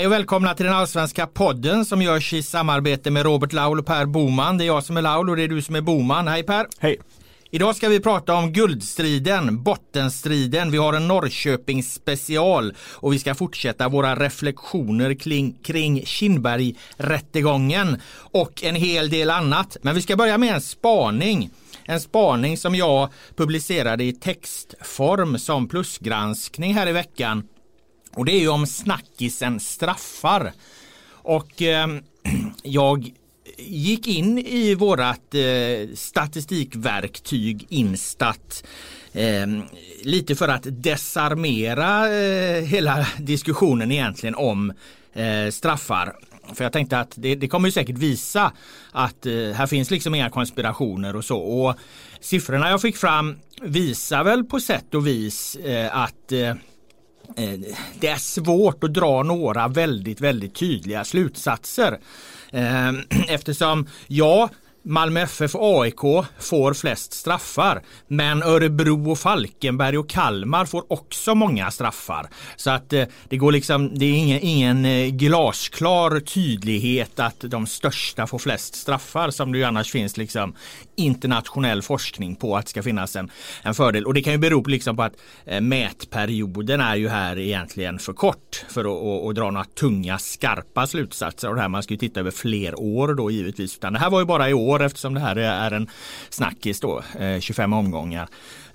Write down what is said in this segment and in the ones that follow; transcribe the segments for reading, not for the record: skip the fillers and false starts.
Hej och välkomna till den allsvenska podden som görs i samarbete med Robert Laul och Per Boman. Det är jag som är Laul och det är du som är Boman. Hej Per! Hej! Idag ska vi prata om guldstriden, bottenstriden. Vi har en Norrköping special och vi ska fortsätta våra reflektioner kring Kindberg-rättegången och en hel del annat. Men vi ska börja med en spaning. En spaning som jag publicerade i textform som plusgranskning här i veckan. Och det är ju om snackisen straffar. Och jag gick in i vårat statistikverktyg Instat lite för att desarmera hela diskussionen egentligen om straffar. För jag tänkte att det kommer ju säkert visa att här finns liksom inga konspirationer och så. Och siffrorna jag fick fram visar väl på sätt och vis att det är svårt att dra några väldigt, väldigt tydliga slutsatser. Eftersom Malmö FF och AIK får flest straffar, men Örebro och Falkenberg och Kalmar får också många straffar. Så att det går liksom, det är ingen glasklar tydlighet att de största får flest straffar, som det ju annars finns liksom internationell forskning på att det ska finnas en fördel. Och det kan ju bero på liksom på att mätperioden är ju här egentligen för kort för att dra några tunga skarpa slutsatser av det här. Man ska ju titta över fler år då givetvis, utan det här var ju bara i år eftersom det här är en snackis då, 25 omgångar.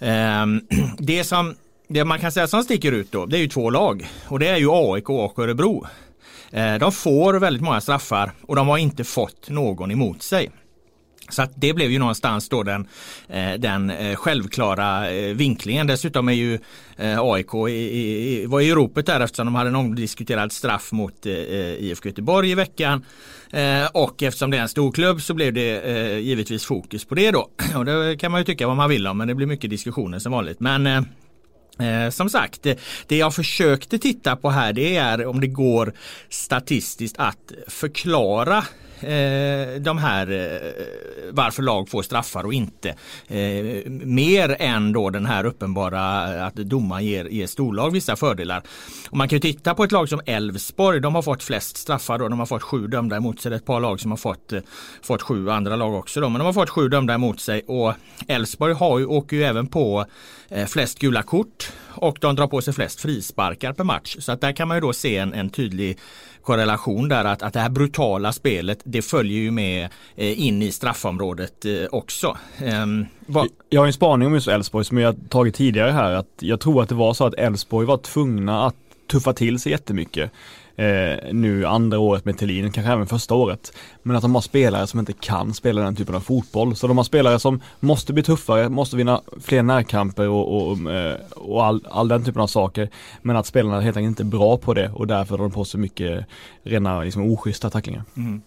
Det man kan säga som sticker ut då, det är ju två lag och det är ju AIK och Örebro. De får väldigt många straffar och de har inte fått någon emot sig. Så att det blev ju någonstans då den självklara vinklingen. Dessutom är ju AIK var i ropet där eftersom de hade någon diskuterat straff mot IFK Göteborg i veckan. Och eftersom det är en stor klubb så blev det givetvis fokus på det då. Och det kan man ju tycka vad man vill om, men det blir mycket diskussioner som vanligt. Men som sagt, det jag försökte titta på här, det är om det går statistiskt att förklara de här varför lag får straffar och inte mer än då den här uppenbara att domaren ger storlag vissa fördelar. Och man kan ju titta på ett lag som Elfsborg, de har fått flest straffar då, de har fått 7 dömda emot sig. Det är ett par lag som har fått 7 andra lag också då, men de har fått 7 dömda emot sig och Elfsborg åker ju även på flest gula kort och de drar på sig flest frisparkar per match. Så att där kan man ju då se en tydlig korrelation där att det här brutala spelet, det följer ju med in i straffområdet också. Jag har en spaning om just Elfsborg som jag tagit tidigare här, att jag tror att det var så att Elfsborg var tvungna att tuffa till sig jättemycket nu andra året med Thelin, kanske även första året, men att de har spelare som inte kan spela den typen av fotboll, så de har spelare som måste bli tuffare, måste vinna fler närkamper och all den typen av saker, men att spelarna helt enkelt inte är bra på det och därför har de på så mycket rena liksom oschyssta tacklingar.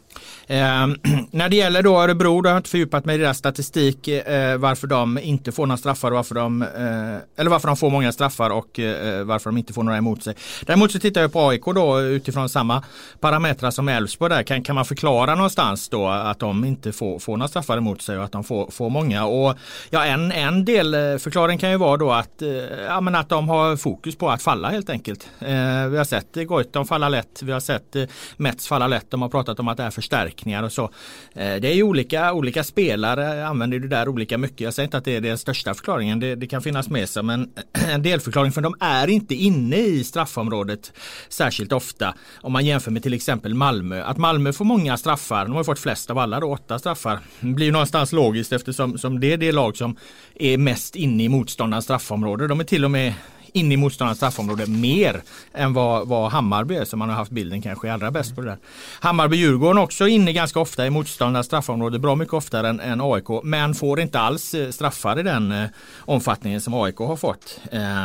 När det gäller då Örebro, då har jag inte fördjupat mig i deras statistik varför de inte får några straffar, varför de får många straffar och varför de inte får några emot sig. Däremot så tittar jag på AIK då utifrån samma parametrar som Elfsborg där. Kan man förklara någonstans då att de inte får några straffar emot sig och att de får många? Och ja, en del förklaring kan ju vara då att de har fokus på att falla helt enkelt. Vi har sett Goitom falla lätt, vi har sett Mets falla lätt, de har pratat om att det är förstärkningar och så. Det är ju olika spelare använder det där olika mycket. Jag säger inte att det är den största förklaringen. Det kan finnas med som en delförklaring, för de är inte inne i straffområdet särskilt ofta. Om man jämför med till exempel Malmö. Att Malmö får många straffar, de har fått flest av alla då, 8 straffar. Det blir ju någonstans logiskt eftersom det är det lag som är mest inne i motståndarens straffområde. De är till och med in i motståndarens straffområde mer än vad Hammarby är, som man har haft bilden kanske allra bäst på det där. Hammarby-Djurgården också inne ganska ofta i motståndarens straffområde, bra mycket oftare än AIK, men får inte alls straffar i den omfattningen som AIK har fått.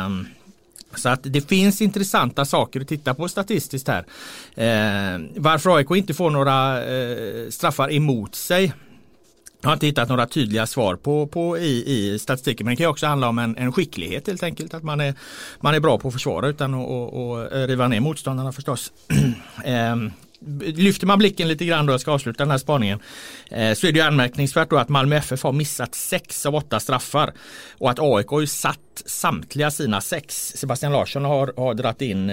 Så att det finns intressanta saker att titta på statistiskt här. Varför AIK inte får några straffar emot sig, jag har inte hittat några tydliga svar på i statistiken, men det kan ju också handla om en skicklighet helt enkelt, att man är bra på att försvara utan att riva ner motståndarna förstås. lyfter man blicken lite grann då, jag ska avsluta den här spaningen, så är det ju anmärkningsvärt då att Malmö FF har missat 6 av 8 straffar och att AIK har ju satt samtliga sina 6. Sebastian Larsson har dratt in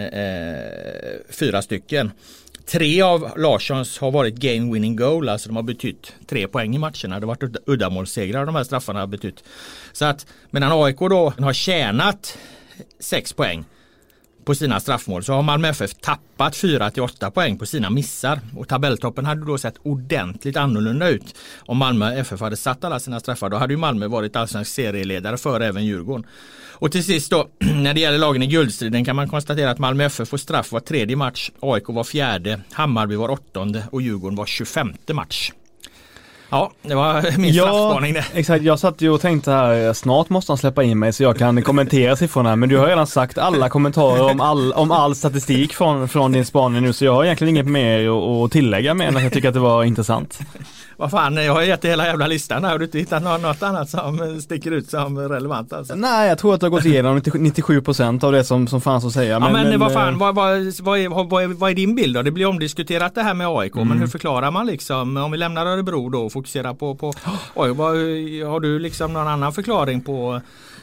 4 stycken. 3 av Larssons har varit game winning goal, alltså de har betytt 3 poäng i matcherna. Det har varit uddamålssegrar de här straffarna har betytt. Så att medan AIK då har tjänat 6 poäng på sina straffmål, så har Malmö FF tappat 4-8 poäng på sina missar. Och tabelltoppen hade då sett ordentligt annorlunda ut om Malmö FF hade satt alla sina straffar. Då hade ju Malmö varit allsvensk serieledare för även Djurgården. Och till sist då, när det gäller lagen i guldstriden kan man konstatera att Malmö FF får straff var 3:e match, AIK var 4:e, Hammarby var 8:e och Djurgården var 25:e match. Ja, det var min straffspaning det. Exakt, jag satt ju och tänkte här, snart måste han släppa in mig så jag kan kommentera siffrorna, men du har redan sagt alla kommentarer om all statistik från din spaning nu, så jag har egentligen inget mer att tillägga mer än att jag tycker att det var intressant. Vad fan, jag har gett hela jävla listan här. Har du inte hittat något annat som sticker ut som relevant alltså? Nej, jag tror att det har gått igenom 97% av det som fanns att säga. Ja, men vad fan, vad är din bild då? Det blir omdiskuterat det här med AIK, men hur förklarar man liksom, om vi lämnar Örebro då och fokuserar på AIK, har du liksom någon annan förklaring på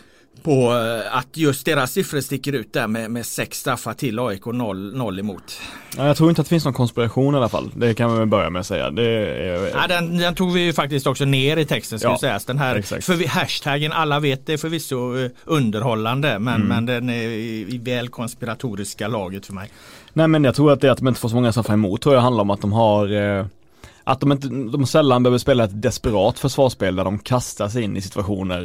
att just deras siffror sticker ut där med 6 straffar till AIK och 0 emot? Ja, jag tror inte att det finns någon konspiration i alla fall. Det kan man väl börja med att säga. Den tog vi ju faktiskt också ner i texten, ska sägas. Den här hashtaggen, alla vet det är förvisso underhållande, men den är i väl konspiratoriska laget för mig. Nej, men jag tror att det är att de inte får så många straffar emot, tror jag handlar om att de har... Att de sällan behöver spela ett desperat försvarsspel där de kastar sig in i situationer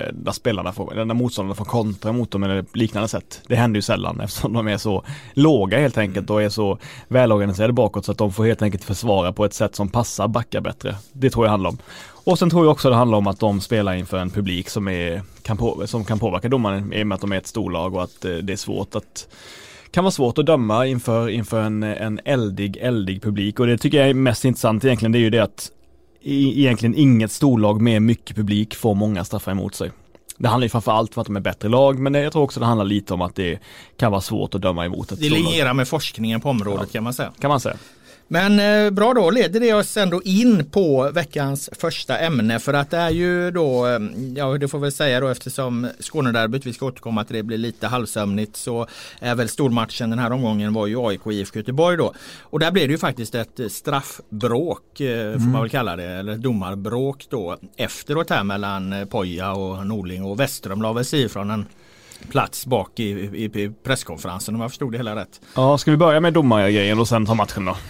där motståndarna får kontra mot dem eller liknande sätt. Det händer ju sällan eftersom de är så låga helt enkelt och är så välorganiserade bakåt, så att de får helt enkelt försvara på ett sätt som passar backar bättre. Det tror jag handlar om. Och sen tror jag också det handlar om att de spelar inför en publik som kan påverka domaren i och med att de är ett storlag och att det är kan vara svårt att döma inför en eldig publik. Och det tycker jag är mest intressant egentligen, det är ju det att egentligen inget storlag med mycket publik får många straffar emot sig. Det handlar ju framförallt om att de är bättre lag, men jag tror också det handlar lite om att det kan vara svårt att döma emot ett storlag. Det linjerar med forskningen på området, kan man säga. Kan man säga. Men bra, då leder det oss ändå in på veckans första ämne, för att det är ju då, det får väl säga då, eftersom Skånederbyt, vi ska återkomma till det, blir lite halvsömnigt, så är väl stormatchen den här omgången var ju AIK IFK Göteborg då. Och där blev det ju faktiskt ett straffbråk, får man väl kalla det, eller domarbråk då, efteråt här mellan Poja och Norling, och Westerholm la väl sig från en plats bak i presskonferensen, om jag förstod det hela rätt. Ja, ska vi börja med domargrejen och sen ta matchen då?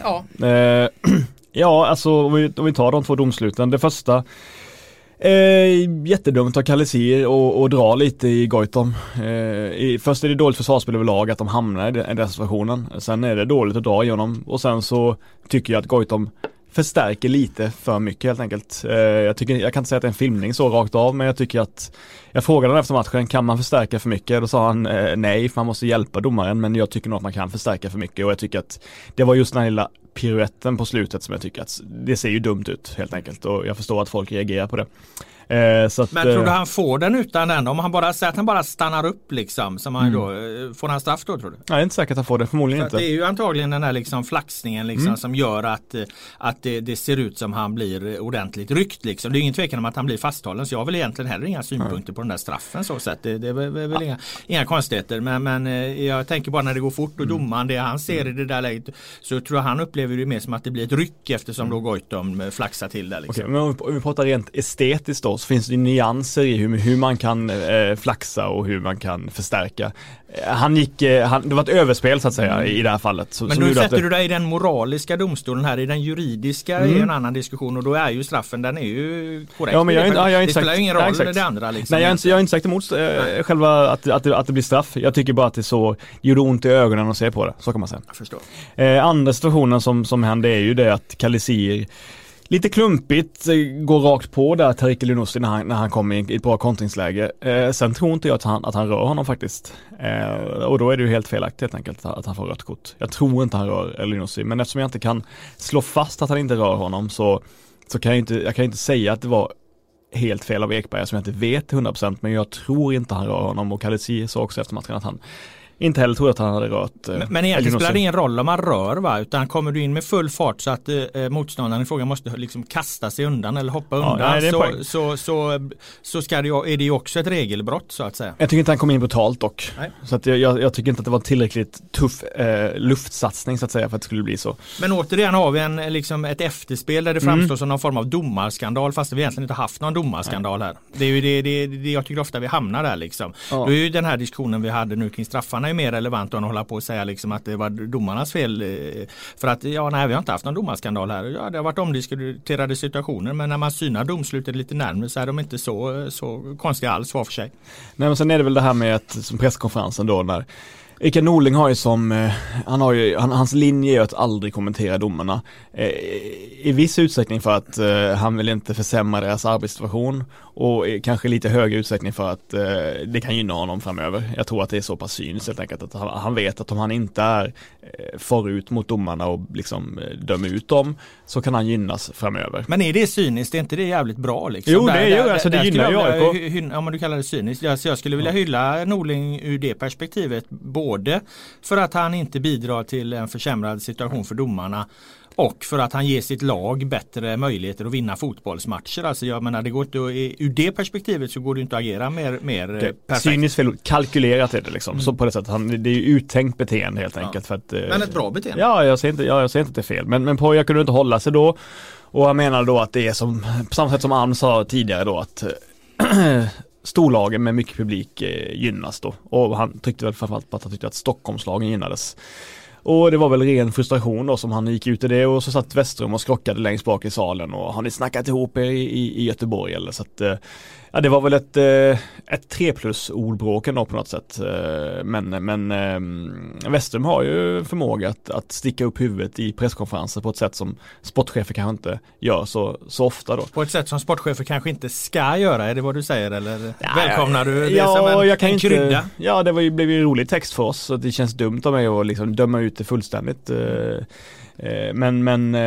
Ja. Alltså om vi tar de 2 domsluten. Det första, jättedumt av Kallisir och dra lite i Goitom. Först är det dåligt försvarsspel överlag att de hamnar i den situationen. Sen är det dåligt att dra i honom. Och sen så tycker jag att Goitom förstärker lite för mycket helt enkelt. Jag kan inte säga att det är en filmning så rakt av, men jag tycker att jag frågade honom efter matchen, kan man förstärka för mycket? Då sa han nej, för man måste hjälpa domaren, men jag tycker nog att man kan förstärka för mycket, och jag tycker att det var just den här lilla piruetten på slutet som jag tycker att det ser ju dumt ut helt enkelt, och jag förstår att folk reagerar på det. Så att, men tror du han får den utan den? Om han bara säger att han bara stannar upp liksom, som han då, får han straff då, tror du? Nej, jag är inte säker att han får det, förmodligen inte. Det är ju antagligen den här liksom flaxningen liksom, som gör att det ser ut som han blir ordentligt ryckt liksom. Det är ingen tvekan om att han blir fasthållen, så jag har väl egentligen heller inga synpunkter på den där straffen så sett. Det är väl inga konstigheter, men jag tänker bara när det går fort och domaren, det han ser i det där läget, så tror jag han upplever det mer som att det blir ett ryck eftersom då Goitom flaxar till det liksom. Okej, men om vi pratar rent estetiskt då, så finns det nyanser i hur man kan flaxa och hur man kan förstärka. Det var ett överspel så att säga i det här fallet. Men nu sätter du dig i den moraliska domstolen här, i den juridiska är ju en annan diskussion, och då är ju straffen, den är ju korrekt. Ja, men det spelar ju ingen roll det andra liksom. Nej, jag är inte sagt emot själva att det blir straff. Jag tycker bara att det gjorde ont i ögonen att se på det, så kan man säga. Jag förstår. Andra situationen som hände är ju det att Kallisir lite klumpigt går rakt på där Tarik Elionossi när han kommer i ett bra kontringsläge. Sen tror inte jag att han rör honom faktiskt. Och då är det ju helt felaktigt helt enkelt att han får rött kort. Jag tror inte han rör Elionossi, men eftersom jag inte kan slå fast att han inte rör honom så kan jag inte säga att det var helt fel av Ekberg som jag inte vet 100%, men jag tror inte han rör honom, och Kallisir sa också efter matchen att han inte heller tror jag att han hade rört. Men egentligen spelar det ingen roll om man rör, va? Utan kommer du in med full fart så att motståndaren i frågan måste liksom kasta sig undan eller hoppa undan, så ska är det ju också ett regelbrott, så att säga. Jag tycker inte han kom in brutalt dock. Nej. Så att jag tycker inte att det var tillräckligt tuff luftsatsning så att säga för att det skulle bli så. Men återigen har vi liksom ett efterspel där det framstår som någon form av domarskandal, fast vi egentligen inte haft någon domarskandal här. Det är ju det jag tycker ofta vi hamnar där liksom. Då är ju den här diskussionen vi hade nu kring straffarna är mer relevant än att hålla på och säga liksom att det var domarnas fel. För att vi har inte haft någon domarskandal här. Ja, det har varit omdiskuterade situationer, men när man synar domslutet lite närmare så är de inte så konstiga alls var för sig. Nej, men sen är det väl det här med att som presskonferensen då när Rickard Norling har ju hans linje är att aldrig kommentera domarna. I viss utsträckning för att han vill inte försämra deras arbetssituation och kanske lite högre utsträckning för att det kan gynna honom framöver. Jag tror att det är så pass cyniskt helt enkelt att han vet att om han inte är förut mot domarna och liksom dömer ut dem så kan han gynnas framöver. Men är det cyniskt? Är inte det jävligt bra liksom? Jo, det gör alltså det gynnar ju AIK. Om du kallar det cyniskt. Jag skulle vilja hylla Norling ur det perspektivet, både för att han inte bidrar till en försämrad situation för domarna och för att han ger sitt lag bättre möjligheter att vinna fotbollsmatcher. Alltså jag menar, det går inte ur det perspektivet så går det inte att agera mer perfekt. Cyniskt fel, kalkylerat är det liksom. Så på det sättet, det är ju uttänkt beteende helt enkelt. För att, men ett bra beteende. Ja, jag säger inte att det är fel. Men Poja kunde inte hålla sig då. Och jag menar då att det är som på samma sätt som Ann sa tidigare då att storlagen med mycket publik gynnas då. Och han tryckte väl framförallt på att han tyckte att Stockholmslagen gynnades. Och det var väl ren frustration då som han gick ut i det, och så satt Westrum och skrockade längst bak i salen och har ni snackat ihop er i Göteborg eller så att ja, det var väl ett 3+ ordbråken då på något sätt. Men Westrum har ju förmåga att sticka upp huvudet i presskonferenser på ett sätt som sportchefer kanske inte gör så ofta då. På ett sätt som sportchefer kanske inte ska göra, är det vad du säger eller välkomnar du det som en krydda? Ja, det blev ju en rolig text för oss så det känns dumt av mig att liksom döma ut det fullständigt. Men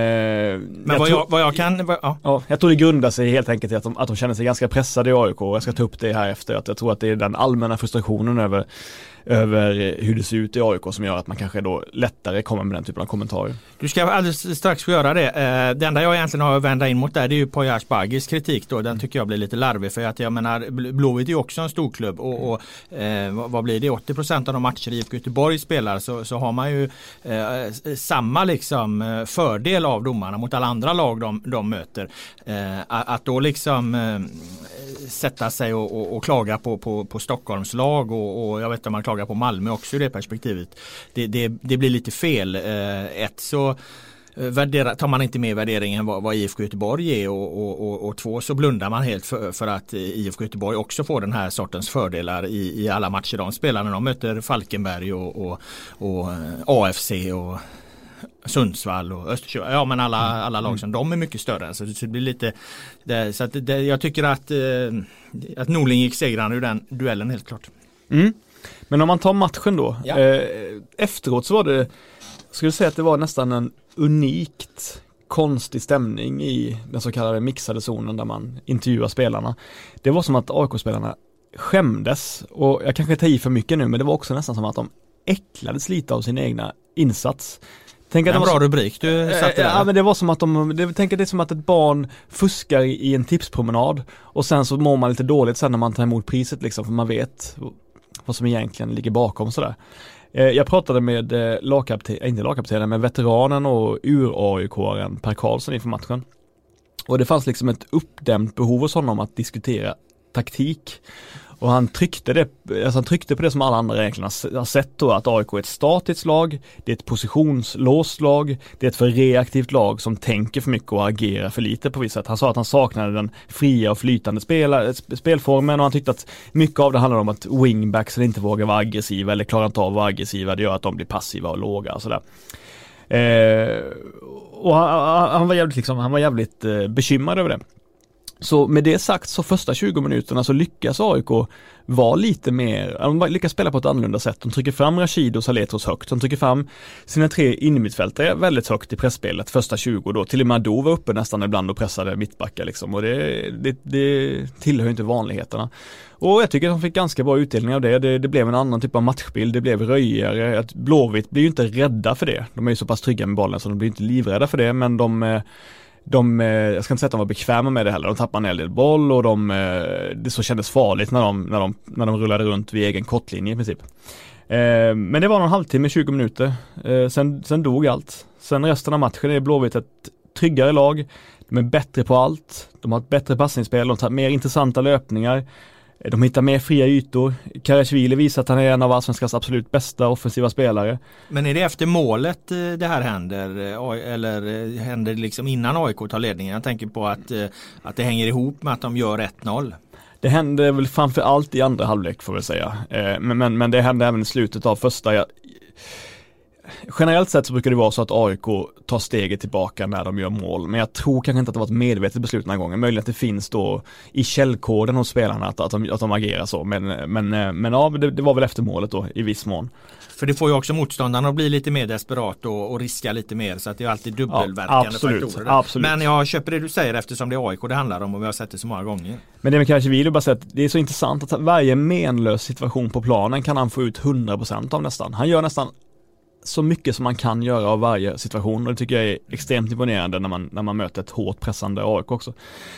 jag tror det grundar sig helt enkelt i att de känner sig ganska pressade i AIK, och jag ska ta upp det här efter att jag tror att det är den allmänna frustrationen över hur det ser ut i AIK som gör att man kanske då lättare kommer med den typen av kommentarer. Du ska alldeles strax få göra det. Det enda jag egentligen har att vända in mot det är ju Poya Asbaghis kritik då. Den tycker jag blir lite larvig, för att jag menar Blåvitt är ju också en stor klubb och vad blir det? 80% av de matcher IFK Göteborg spelar så har man ju samma liksom fördel av domarna mot alla andra lag de möter. Att då liksom sätta sig och klaga på Stockholms lag och jag vet om man klagar på Malmö också i det perspektivet. Det blir lite fel. Så tar man inte med värderingen vad IFK Göteborg är och 2 så blundar man helt för att IFK Göteborg också får den här sortens fördelar i alla matcher de spelar när de möter Falkenberg och AFC och Sundsvall och Östersjö. Ja, men alla lag som de är mycket större. Så det blir lite så att jag tycker att Norling gick segrande ur den duellen helt klart. Mm. Men om man tar matchen då, efteråt så var det, skulle jag säga att det var nästan en unikt konstig stämning i den så kallade mixade zonen där man intervjuar spelarna. Det var som att AIK-spelarna skämdes, och jag kanske tar i för mycket nu, men det var också nästan som att de äcklades lite av sin egna insats. Tänk att en bra rubrik du satte där. Ja, men det var som att det är som att ett barn fuskar i en tipspromenad och sen så mår man lite dåligt sen när man tar emot priset liksom, för man vet vad som egentligen ligger bakom sådär. Jag pratade med med veteranen och ur-AIK-aren Per Karlsson inför matchen. Och det fanns liksom ett uppdämt behov hos honom att diskutera taktik. Och han tryckte på det som alla andra egentligen har sett då, att AIK är ett statiskt lag, det är ett positionslåst lag, det är ett för reaktivt lag som tänker för mycket och agerar för lite på vissa sätt. Han sa att han saknade den fria och flytande spelformen, och han tyckte att mycket av det handlar om att wingbacks inte vågar vara aggressiva eller klarar inte av att vara aggressiva, det gör att de blir passiva och låga och sådär. Och han var jävligt bekymrad över det. Så med det sagt, så första 20 minuterna så lyckas AIK vara lite mer, de lyckas spela på ett annorlunda sätt. De trycker fram Rashid och Saletros högt. De trycker fram sina 3 innermittfältare väldigt högt i pressspelet första 20 då. Till och med Ado var uppe nästan ibland och pressade mittbackar liksom. Och det tillhör inte vanligheterna. Och jag tycker att de fick ganska bra utdelning av det. Det blev en annan typ av matchbild. Det blev röjare. Att Blåvitt blir ju inte rädda för det. De är ju så pass trygga med bollen så de blir inte livrädda för det. Men jag ska inte säga att de var bekväma med det heller. De tappade en hel del boll och det så kändes farligt när de rullade runt vid egen kortlinje i princip. Men det var någon halvtimme, 20 minuter. Sen dog allt. Sen resten av matchen är Blåvitt ett tryggare lag. De är bättre på allt. De har ett bättre passningsspel. De tar mer intressanta löpningar. De hittar mer fria ytor. Karasjvili visar att han är en av allsvenskans absolut bästa offensiva spelare. Men är det efter målet det här händer? Eller händer det liksom innan AIK tar ledningen? Jag tänker på att det hänger ihop med att de gör 1-0. Det hände väl framför allt i andra halvlek får jag säga. Men det hände även i slutet av första. Generellt sett så brukar det vara så att AIK tar steget tillbaka när de gör mål. Men jag tror kanske inte att det var ett medvetet beslut den här gången. Möjligen att det finns då i källkoden hos spelarna att de agerar så. Men ja, det var väl efter målet då i viss mån. För det får ju också motståndarna att bli lite mer desperat och riska lite mer. Så att det är alltid dubbelverkande faktorer. Absolut. Men jag köper det du säger eftersom det är AIK det handlar om och vi har sett det så många gånger. Men det med Karasjvili bara säga att det är så intressant att varje menlös situation på planen kan han få ut 100% av nästan. Han gör nästan så mycket som man kan göra av varje situation och det tycker jag är extremt imponerande när man möter ett hårt pressande AIK också.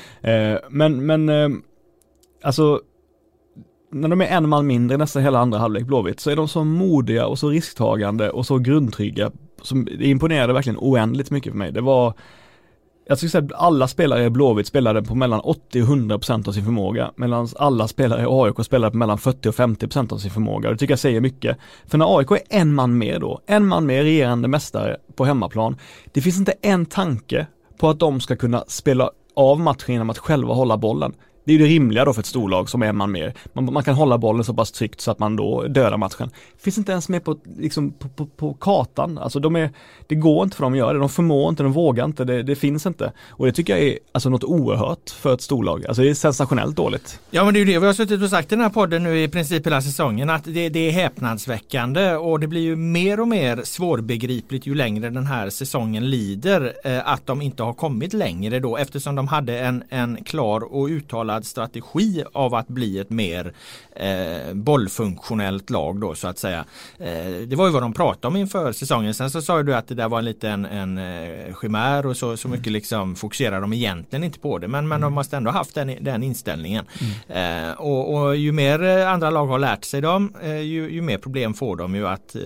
Alltså när de är en man mindre nästan hela andra halvlek Blåvitt så är de så modiga och så risktagande och så grundtrygga som det imponerade verkligen oändligt mycket för mig. Det var jag skulle säga att alla spelare i Blåvitt spelade på mellan 80 och 100% av sin förmåga. Medan alla spelare i AIK spelade på mellan 40 och 50% av sin förmåga. Det tycker jag säger mycket. För när AIK är en man mer då, en man mer regerande mästare på hemmaplan. Det finns inte en tanke på att de ska kunna spela av matchen genom att själva hålla bollen. Det är ju det rimliga då för ett storlag som är man mer. Man kan hålla bollen så pass tryggt så att man då dödar matchen. Det finns inte ens med på kartan. Alltså det går inte för dem att göra det. De förmår inte, de vågar inte. Det finns inte. Och det tycker jag är alltså något oerhört för ett storlag. Alltså det är sensationellt dåligt. Ja men det är ju det vi har suttit och sagt i den här podden nu i princip hela säsongen. Att det är häpnadsväckande och det blir ju mer och mer svårbegripligt ju längre den här säsongen lider. Att de inte har kommit längre då eftersom de hade en klar och uttalad strategi av att bli ett mer bollfunktionellt lag då så att säga. Det var ju vad de pratade om inför säsongen. Sen så sa du att det där var en liten chimär och så mycket liksom fokuserar de egentligen inte på det. Men de måste ändå haft den inställningen. Och ju mer andra lag har lärt sig dem ju mer problem får de ju att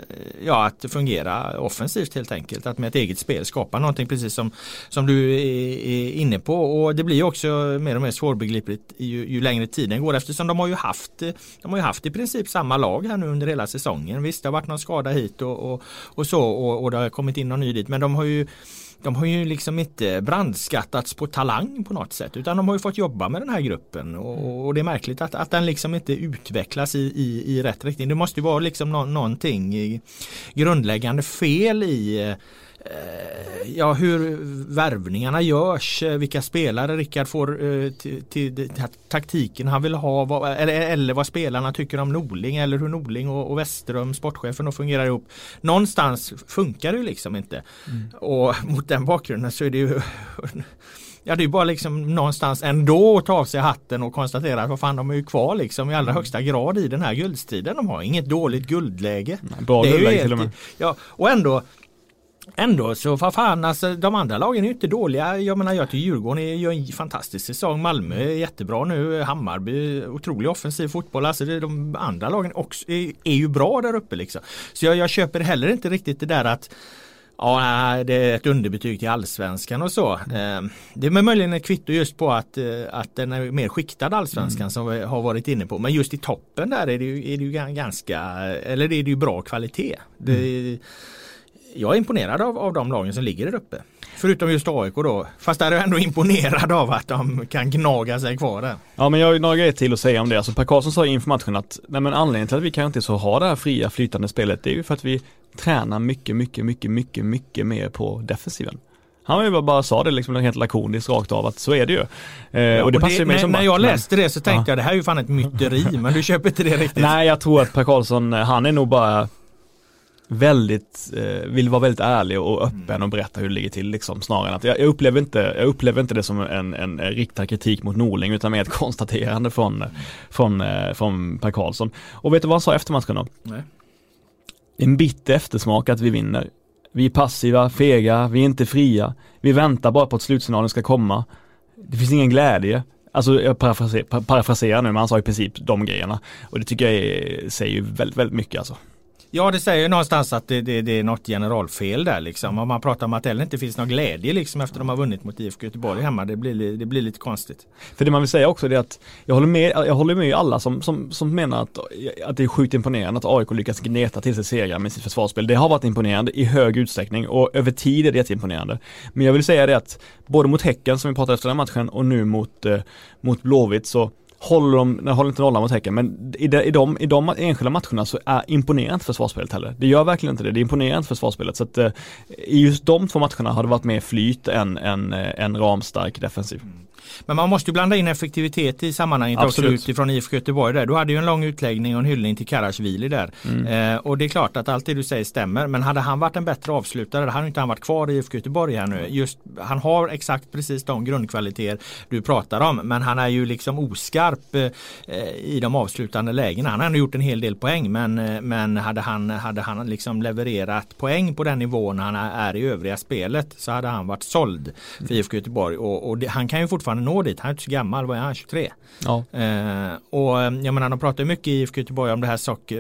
fungera offensivt helt enkelt. Att med ett eget spel skapa någonting precis som du är inne på. Och det blir ju också mer och mer svårbegripligt ju längre tiden går eftersom de har ju haft i princip samma lag här nu under hela säsongen. Visst, det har varit någon skada hit och så och det har kommit in någon ny dit men de har ju liksom inte brandskattats på talang på något sätt utan de har ju fått jobba med den här gruppen och det är märkligt att den liksom inte utvecklas i rätt riktning. Det måste ju vara liksom någonting grundläggande fel i hur värvningarna görs, vilka spelare Rickard får till taktiken han vill ha eller vad spelarna tycker om Norling eller hur Norling och Westerholm, sportchefen, och fungerar ihop. Någonstans funkar det ju liksom inte. Och mot den bakgrunden så är det ju det är ju bara liksom någonstans ändå att ta av sig hatten och konstatera att vad fan, de är ju kvar liksom i allra högsta grad i den här guldstriden. De har inget dåligt guldläge. Bra guldläge till och med. Ja, och ändå så vad fan, alltså, de andra lagen är ju inte dåliga. Jag menar, jag till Djurgården gör en fantastisk säsong. Malmö är jättebra nu. Hammarby, otrolig offensiv fotboll. Alltså de andra lagen också är ju bra där uppe liksom. Så jag köper heller inte riktigt det där att det är ett underbetyg till allsvenskan och så. Det är möjligen ett kvitto just på att den är mer skiktad allsvenskan som vi har varit inne på. Men just i toppen där är det ju ganska, eller det är ju bra kvalitet. Jag är imponerad av de lagen som ligger där uppe. Förutom just AIK då. Fast där är jag ändå imponerad av att de kan gnaga sig kvar där. Ja, men jag har några grejer till att säga om det. Alltså Per Karlsson sa inför matchen att anledningen till att vi kan inte så ha det här fria flytande spelet, det är ju för att vi tränar mycket mer på defensiven. Han ju bara sa det liksom helt lakoniskt rakt av att så är det ju. Och det passar ju mig som när jag läste det så tänkte jag det här är ju fan ett myteri, men du köper inte det riktigt. Nej, jag tror att Per Karlsson, han är nog bara vill vara väldigt ärlig och öppen och berätta hur det ligger till liksom, snarare än att jag upplever inte det som en riktad kritik mot Norling, utan mer ett konstaterande från Per Karlsson. Och vet du vad han sa efter matchen då? Nej. En bitter eftersmak att vi vinner. Vi är passiva, fega, vi är inte fria. Vi väntar bara på att slutsignalen ska komma. Det finns ingen glädje. Alltså jag parafraserar nu, men han sa i princip de grejerna. Och det tycker jag säger ju väldigt, väldigt mycket alltså. Ja, det säger ju någonstans att det är något generalfel där liksom. Om man pratar om att det inte finns någon glädje liksom efter de har vunnit mot IFK Göteborg hemma, det blir lite konstigt. För det man vill säga också är att jag håller med alla som menar att det är sjukt imponerande att AIK lyckas gneta till sig segrar med sitt försvarsspel. Det har varit imponerande i hög utsträckning och över tid är det jätteimponerande. Men jag vill säga det att både mot Häcken som vi pratade efter den matchen och nu mot Blåvitt så håller inte nollan mot Häcken, men i de enskilda matcherna så är imponerande försvarsspelet heller. Det gör verkligen inte det. Det är imponerande försvarsspelet. Så att i just de två matcherna har det varit mer flyt än en ramstark defensiv. Men man måste ju blanda in effektivitet i sammanhanget. Absolut. Också utifrån IFK Göteborg där. Du hade ju en lång utläggning och en hyllning till Karasjvili där. Och det är klart att allt det du säger stämmer. Men hade han varit en bättre avslutare hade inte han varit kvar i IFK Göteborg här nu. Han har exakt precis de grundkvaliteter du pratar om. Men han är ju liksom oskarp i de avslutande lägena. Han har ändå gjort en hel del poäng. Men hade han liksom levererat poäng på den nivån han är i övriga spelet så hade han varit såld för IFK Göteborg. Och han kan ju fortfarande nå dit. Han är inte så gammal, vad är han? 23? Ja. Och jag menar, de pratar mycket i IFK Göteborg om det här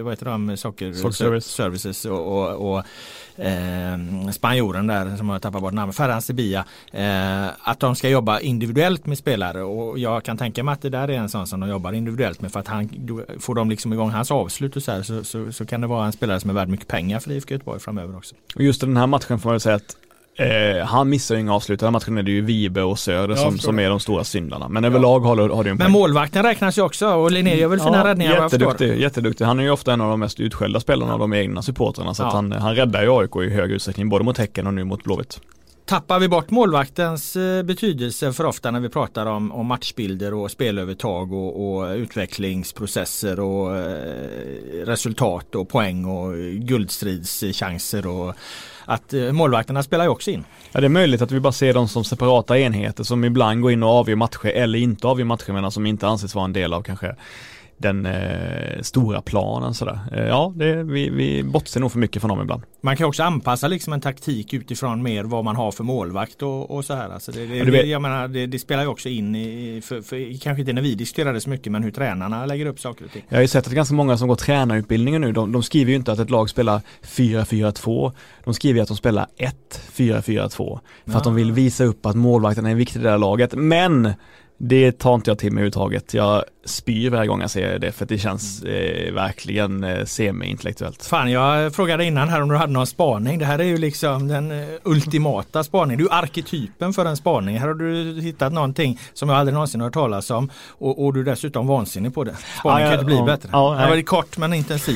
socker services och spanjoren där som har tappat bort namnet, Ferran Sevilla, att de ska jobba individuellt med spelare, och jag kan tänka mig att det där är en sån som de jobbar individuellt med, för att får de liksom igång hans avslut och så kan det vara en spelare som är värd mycket pengar för IFK Göteborg framöver också. Och just den här matchen får man säga att han missar ju inga avslut. Den här matchen är det ju Vibe och Söder som är de stora syndarna. Men överlag har det ju en Men målvakten räknas ju också, och Linné gör väl fina räddningar. Jätteduktig. Han är ju ofta en av de mest utskällda spelarna av de egna supporterna. Så att han räddar ju AIK i hög utsträckning, både mot Häcken och nu mot Blåvitt. Tappar vi bort målvaktens betydelse för ofta när vi pratar om matchbilder och spelövertag och utvecklingsprocesser och resultat och poäng och guldstridschanser, och att målvakterna spelar ju också in. Ja, det är möjligt att vi bara ser dem som separata enheter som ibland går in och avgör matcher eller inte avgör matcher, men som inte anses vara en del av kanske den stora planen sådär. Vi bortser nog för mycket från dem ibland. Man kan också anpassa liksom en taktik utifrån mer vad man har för målvakt och så här. Alltså det spelar ju också in för kanske inte när vi diskuterar det så mycket, men hur tränarna lägger upp saker och ting. Jag har ju sett att ganska många som går tränarutbildningen nu, de skriver ju inte att ett lag spelar 4-4-2. De skriver att de spelar 1-4-4-2 för att de vill visa upp att målvakten är en viktig del av laget. Men det tar inte jag till mig överhuvudtaget. Jag spyr varje gång jag ser det, för att det känns verkligen semi-intellektuellt. Fan, jag frågade innan här om du hade någon spaning. Det här är ju liksom den ultimata spaningen. Du är arketypen för en spaning. Här har du hittat någonting som jag aldrig någonsin har hört talas om, och du är dessutom vansinnig på det. Spaning kan inte bli bättre. Det var kort men intensiv.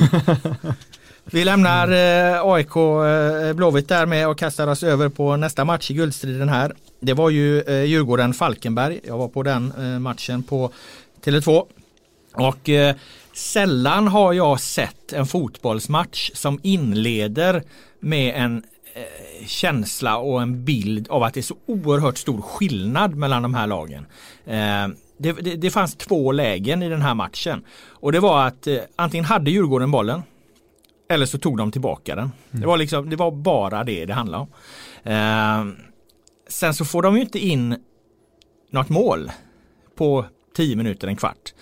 Vi lämnar AIK Blåvitt där med och kastar oss över på nästa match i guldstriden här. Det var ju Djurgården-Falkenberg. Jag var på den matchen på Tele2. Och sällan har jag sett en fotbollsmatch som inleder med en känsla och en bild av att det är så oerhört stor skillnad mellan de här lagen. Det fanns två lägen i den här matchen. Och det var att antingen hade Djurgården bollen eller så tog de tillbaka den. Det var bara det handlade om. Sen så får de ju inte in något mål på 10 minuter, en kvart.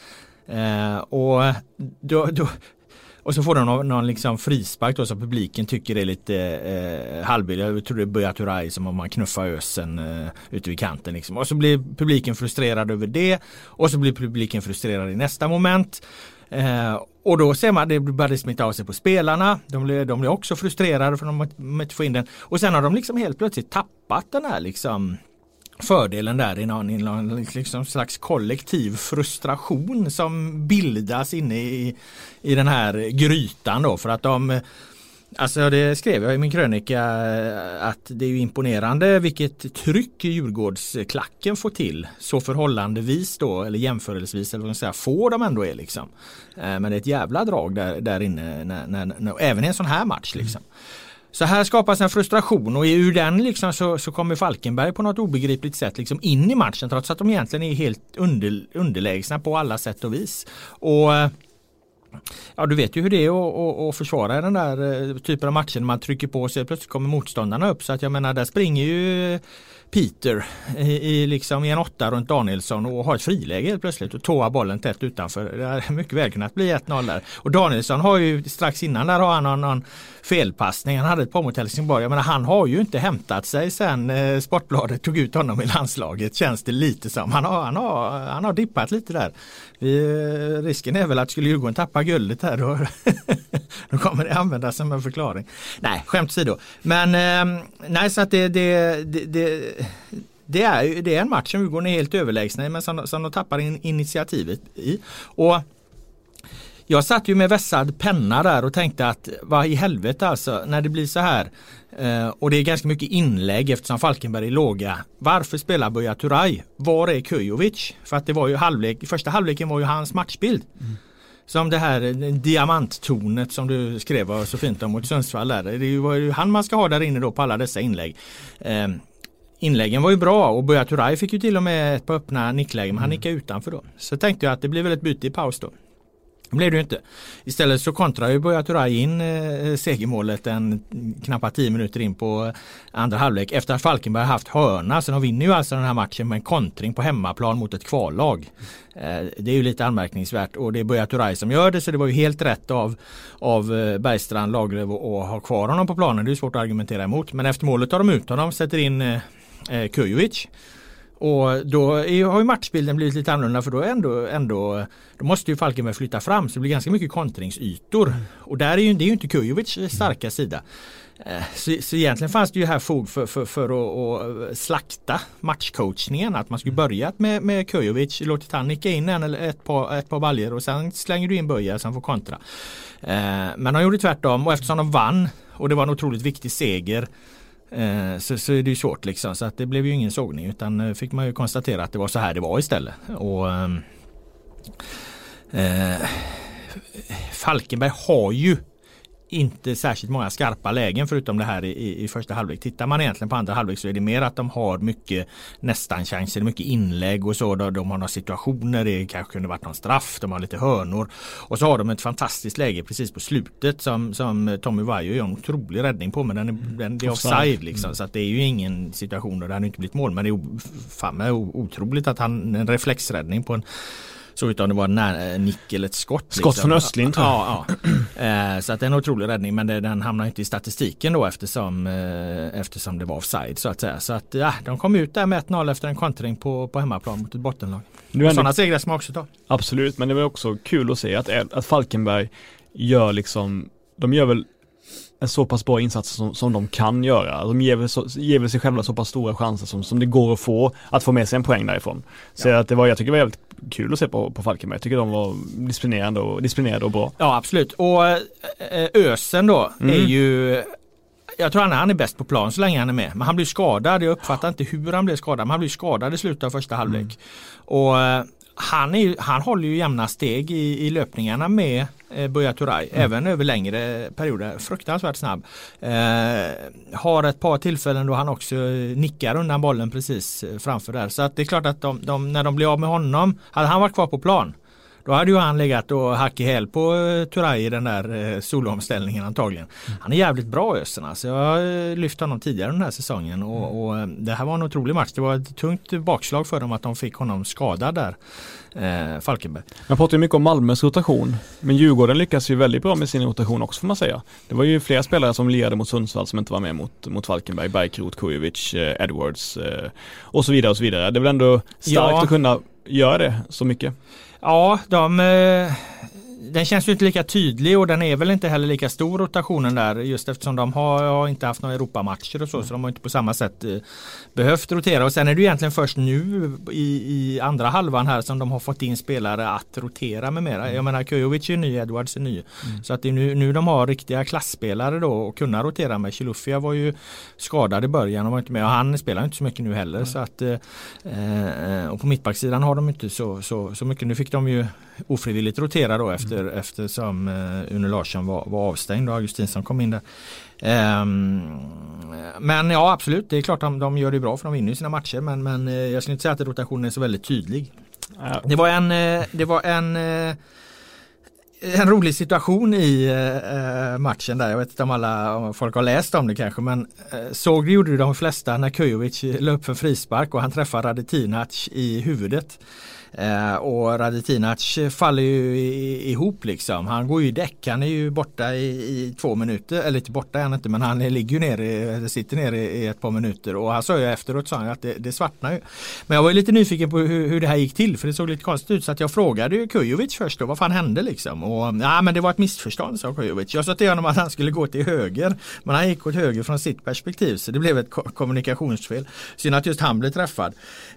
Och så får de någon liksom frispark då, så publiken tycker det är lite halvbilligt. Jag tror det är Buya Turay som om man knuffar Ösen ute vid kanten. Liksom. Och så blir publiken frustrerad över det. Och så blir publiken frustrerad i nästa moment. Och då ser man det börjar smitta av sig på spelarna. De blir också frustrerade för att de inte får in den. Och sen har de liksom helt plötsligt tappat den här liksom fördelen där i någon liksom slags kollektiv frustration som bildas inne i den här grytan då, för att Alltså det skrev jag i min krönika att det är ju imponerande vilket tryck Djurgårdsklacken får till. Så förhållandevis då, eller jämförelsevis, eller vad man säger, får de ändå är liksom. Men det är ett jävla drag där inne, även i en sån här match liksom. Så här skapas en frustration och ur den liksom så kommer Falkenberg på något obegripligt sätt liksom in i matchen trots att de egentligen är helt underlägsna på alla sätt och vis. Och ja, du vet ju hur det är att försvara den där typen av matchen. Man trycker på sig, plötsligt kommer motståndarna upp. Så att jag menar, där springer ju Peter liksom i en 8 runt Danielsson och har ett friläge helt plötsligt och tåar bollen tätt utanför. Det har mycket väl kunnat bli 1-0 där. Och Danielsson har ju strax innan där har han någon felpassning. Han hade ett par mot Helsingborg. Jag menar, han har ju inte hämtat sig sen Sportbladet tog ut honom i landslaget. Känns det lite som. Han har dippat lite där. Risken är väl att skulle Djurgården tappa guldet här då kommer det användas som en förklaring. Nej, skämt åsido. Men nej, så att det är en match som Djurgården är helt överlägsna men som de tappar initiativet i. Och jag satt ju med vässad penna där och tänkte att vad i helvete alltså, när det blir så här och det är ganska mycket inlägg eftersom Falkenberg är låga. Varför spelar Buya Turay? Var är Kujovic? För att det var ju första halvleken var ju hans matchbild. Som det här diamanttornet som du skrev så fint om mot Sundsvall där. Det var ju han man ska ha där inne då på alla dessa inlägg. Inläggen var ju bra och Buya Turay fick ju till och med ett par öppna nicklägen men han nickade utanför då. Så tänkte jag att det blir väl ett byte i paus då. Det blev det ju inte. Istället så kontrar ju Buya Turay in segermålet knappt 10 minuter in på andra halvlek efter att Falkenberg haft hörna. Så de vinner ju alltså den här matchen med en kontring på hemmaplan mot ett kvallag. Det är ju lite anmärkningsvärt och det är Buya Turay som gör det så det var ju helt rätt av Bergstrand, Lagerlöf att ha kvar honom på planen. Det är svårt att argumentera emot. Men efter målet tar de ut honom, sätter in Kujovic. Och då har ju matchbilden blivit lite annorlunda för då måste ju Falkenberg flytta fram så det blir ganska mycket kontringsytor. Och där det är ju inte Kujovic starka sida. Så egentligen fanns det ju här fog för att slakta matchcoachningen. Att man skulle börjat med Kujovic, låtit han nicka in en eller ett par baljer och sen slänger du in Buya som får kontra. Men de gjorde tvärtom och eftersom de vann och det var en otroligt viktig seger så är det ju svårt liksom så att det blev ju ingen sågning utan fick man ju konstatera att det var så här det var istället och Falkenberg har ju inte särskilt många skarpa lägen förutom det här i första halvlek. Tittar man egentligen på andra halvlek så är det mer att de har mycket nästan chanser, mycket inlägg och så. De har några situationer, det kanske kunde varit någon straff, de har lite hörnor. Och så har de ett fantastiskt läge precis på slutet som Tommy Vaiho gör en otrolig räddning på men den är offside liksom. Så att det är ju ingen situation där det hade inte blivit mål men det är otroligt att en reflexräddning på en så utan det var en nick eller ett skott. Skott från Östlind tror jag. Ja. Så att det är en otrolig räddning men den hamnar inte i statistiken då eftersom det var offside så att säga. Så att de kom ut där med 1-0 efter en kontring på hemmaplan mot ett bottenlag. Sådana segrar som också tar. Absolut, men det var också kul att se att Falkenberg gör liksom, de gör väl en så pass bra insats som de kan göra. De ger väl sig själva så pass stora chanser som det går att få med sig en poäng därifrån. Så att jag tycker det var jävligt kul att se på Falkenberg. Jag tycker de var disciplinerade och bra. Ja, absolut. Och Ösen då är ju jag tror han är bäst på plan så länge han är med. Men han blir skadad. Jag uppfattar inte hur han blev skadad. Men han blir skadad i slutet av första halvlek. Och han håller ju jämna steg i löpningarna med Buya Turay. Även över längre perioder. Fruktansvärt snabb. Har ett par tillfällen då han också nickar undan bollen precis framför där. Så att det är klart att när de blir av med honom. Hade han varit kvar på plan. Då hade ju han legat och hack i häl på Turay i den där soloomställningen antagligen. Han är jävligt bra Östen. Alltså jag har lyft honom tidigare den här säsongen och det här var en otrolig match. Det var ett tungt bakslag för dem att de fick honom skadad där, Falkenberg. Man pratar ju mycket om Malmös rotation, men Djurgården lyckas ju väldigt bra med sin rotation också får man säga. Det var ju flera spelare som lirade mot Sundsvall som inte var med mot Falkenberg, Bergkrot, Kujovic, Edwards och så vidare och så vidare. Det är väl ändå starkt att kunna göra det så mycket. Ja, den känns ju inte lika tydlig och den är väl inte heller lika stor rotationen där, just eftersom de har inte haft några Europamatcher och så de har inte på samma sätt behövt rotera. Och sen är det ju egentligen först nu i andra halvan här som de har fått in spelare att rotera med mera. Jag menar, Kujovic är ny, Edwards är ny. Så att det är nu de har riktiga klassspelare då och kunna rotera med. Chilufya var ju skadad i början och var inte med, och han spelar inte så mycket nu heller. Så att, och på mittbacksidan har de inte så mycket. Nu fick de ju ofrivilligt rotera då eftersom Une Larsson var avstängd och Augustinsson kom in där. Men ja, absolut, det är klart de gör det bra för de vinner sina matcher, men jag skulle inte säga att rotationen är så väldigt tydlig. Det var en rolig situation i matchen där. Jag vet inte om folk har läst om det kanske, men gjorde ju de flesta när Kujovic löp för frispark och han träffar Radetinac i huvudet. Och Radetinac faller ju ihop liksom. Han går ju i däck, han är ju borta i 2 minuter, eller inte borta än inte, men han ligger ju sitter nere i ett par minuter, och han sa ju efteråt att det svartnar ju. Men jag var ju lite nyfiken på hur det här gick till, för det såg lite konstigt ut, så att jag frågade ju Kujovic först då, vad fan hände liksom, och men det var ett missförstånd, sa Kujovic. Jag sa till honom att han skulle gå till höger, men han gick åt höger från sitt perspektiv, så det blev ett kommunikationsfel. Synd att just han blev träffad.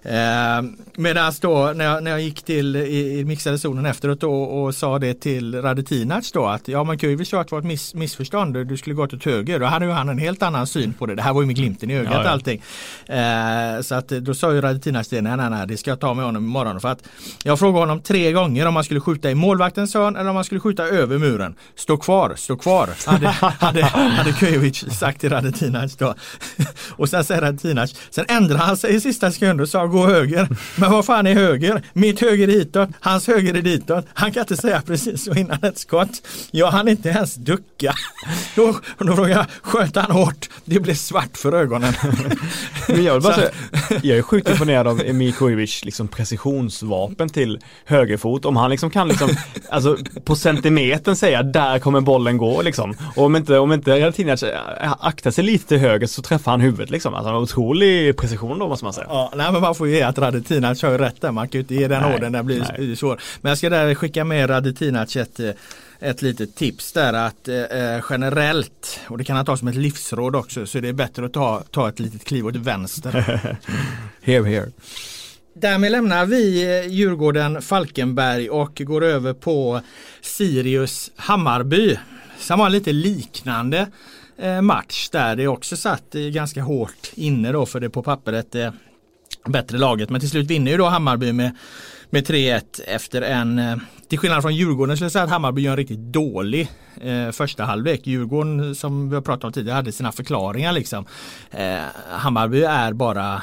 Medan då när jag gick till i mixade zonen efteråt och sa det till Radetinac då, att man kan ju säga att det var ett missförstånd, du skulle gå åt höger. Då hade ju han en helt annan syn på det. Det här var ju med glimten i ögat allting. Så att då sa ju Radetinac det, nej, det ska jag ta med honom imorgon, för att jag frågade honom 3 gånger om man skulle skjuta i målvaktens hörn eller om man skulle skjuta över muren. Stå kvar hade Kujovic sagt till Radetinac då. Och sen säger Radetinac, sen ändrade han sig i sista sekund och sa gå höger. Men vad fan är höger? Mitt höger är hitåt, hans höger är ditåt. Han kan inte säga precis så innan ett skott. Jag hann inte ens ducka. Då frågade jag, sköt han hårt? Det blev svart för ögonen. Men jag är sjukt imponerad av Emil Kujovic liksom precisionsvapen till högerfot. Om han liksom kan alltså på centimetern säga där kommer bollen gå liksom. Och om inte Radetinac aktar sig lite till höger så träffar han huvudet liksom. Alltså en otrolig precision då, måste man säga. Ja, nej, men man får ju ge att Radetinac har ju rätt där. Man kan ju inte ge den orden, där blir svår. Men jag ska där skicka med Radetinac ett litet tips där, att generellt, och det kan han ta som ett livsråd också, så det är bättre att ta ett litet kliv åt vänster. Here. Därmed lämnar vi Djurgården Falkenberg och går över på Sirius Hammarby, som var lite liknande match där. Det är också satt ganska hårt inne då, för det på pappret bättre laget, men till slut vinner ju då Hammarby med 3-1 efter till skillnad från Djurgården, skulle jag säga att Hammarby gör en riktigt dålig första halvlek. Djurgården, som vi har pratat om tidigare, hade sina förklaringar liksom. Hammarby är bara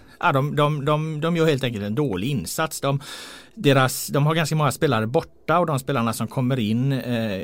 de gör helt enkelt en dålig insats. De har ganska många spelare borta, och de spelarna som kommer in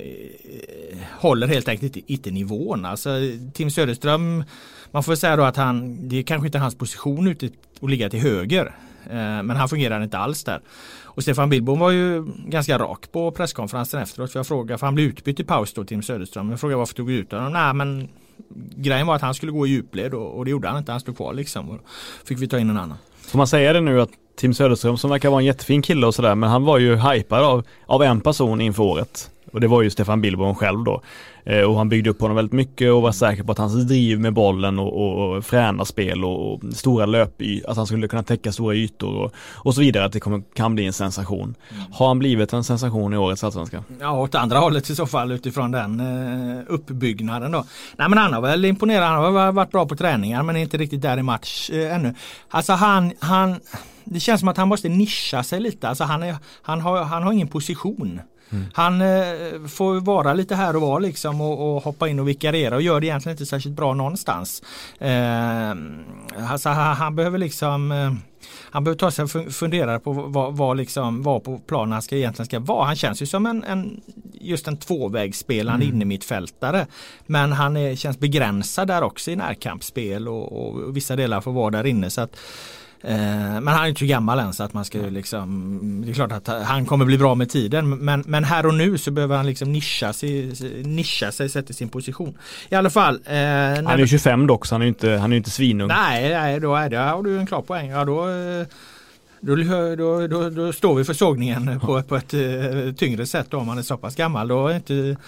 håller helt enkelt inte nivån. Alltså Tim Söderström, man får säga då att det är kanske inte hans position ute att ligga till höger, men han fungerar inte alls där. Och Stefan Billborn var ju ganska rak på presskonferensen efteråt, för jag frågade, för han blev utbytt i paus då, Tim Söderström. Jag frågade varför tog ut honom. Nej, men grejen var att han skulle gå i djupled, och det gjorde han inte, han stod kvar liksom, och fick vi ta in en annan. Får man säga det nu att Tim Söderström, som verkar vara en jättefin kille och sådär, men han var ju hypad av en person inför året. Och det var ju Stefan Billborn själv då. Och han byggde upp honom väldigt mycket och var säker på att hans driv med bollen och fräna spel och stora att han skulle kunna täcka stora ytor och så vidare, att det kan bli en sensation. Har han blivit en sensation i årets allsvenska? Ja, åt andra hållet i så fall, utifrån den uppbyggnaden då. Nej, men han har väl imponerat, han har varit bra på träningar, men inte riktigt där i match ännu. Alltså det känns som att han måste nischa sig lite. Alltså han har ingen position. Han får vara lite här och var liksom, och hoppa in och vikariera, och gör det egentligen inte särskilt bra någonstans. Alltså han behöver liksom han behöver ta sig och fundera på vad på planen han egentligen ska vara. Han känns ju som just en tvåvägsspelande innermittfältare, men han känns begränsad där också i närkampsspel, och vissa delar får vara där inne, så att men han är inte så gammal än, så att man ska liksom, det är klart att han kommer bli bra med tiden, men här och nu så behöver han liksom nischa sig, sätta sin position. I alla fall han är 25 dock, så han är inte svinung. Nej, då är det, har du en klar poäng. Ja, då står vi för sågningen på ett tyngre sätt då, om man är så pass gammal. Då är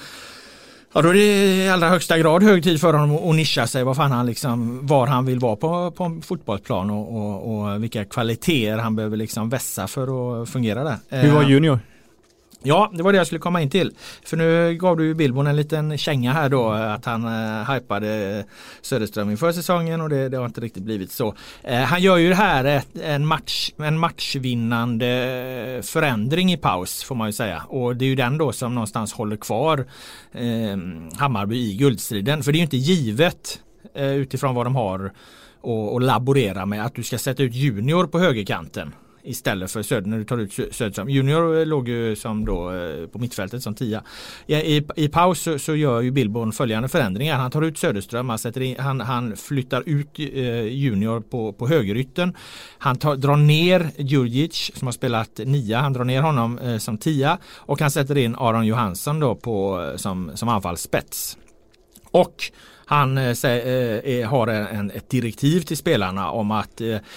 det i allra högsta grad hög tid för honom att nischa sig var han vill vara på en fotbollsplan och vilka kvaliteter han behöver liksom vässa för att fungera där. Hur var junior? Ja, det var det jag skulle komma in till. För nu gav du ju Billborn en liten känga här då, att han hypade Söderström inför säsongen, och det har inte riktigt blivit så. Han gör ju det här en matchvinnande förändring i paus, får man ju säga. Och det är ju den då som någonstans håller kvar Hammarby i guldstriden. För det är ju inte givet utifrån vad de har och laborera med att du ska sätta ut junior på högerkanten istället för Söder, när du tar ut Söderström. Junior låg ju som då på mittfältet som 10. I paus så gör ju Billborn följande förändringar. Han tar ut Söderström, han flyttar ut Junior på högerytten. Han drar ner Djurdjic som har spelat 9. Han drar ner honom som 10 och han sätter in Aron Johansson då som anfallsspets. Och han har ett direktiv till spelarna om att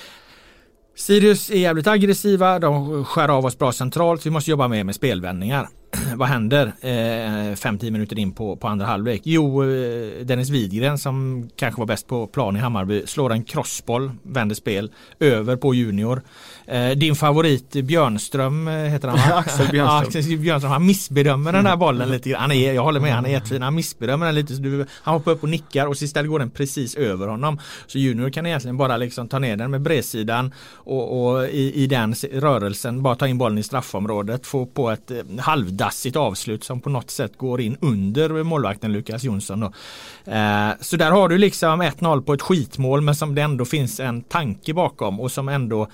Sirius är jävligt aggressiva, de skär av oss bra centralt, vi måste jobba med spelvändningar. Vad händer 5-10 minuter in på andra halvlek? Jo, Dennis Widgren som kanske var bäst på plan i Hammarby slår en crossboll, vänder spel över på junior. Din favorit Björnström heter han, va? Axel Björnström, han missbedömer den där bollen lite. Jag håller med, han är jättefin, han missbedömer den lite, så han hoppar upp och nickar och istället går den precis över honom. Så junior kan egentligen bara liksom ta ner den med bredsidan och i den rörelsen bara ta in bollen i straffområdet, få på ett halvdassigt avslut som på något sätt går in under målvakten Lukas Jonsson då. Så där har du liksom 1-0 på ett skitmål, men som det ändå finns en tanke bakom och som ändå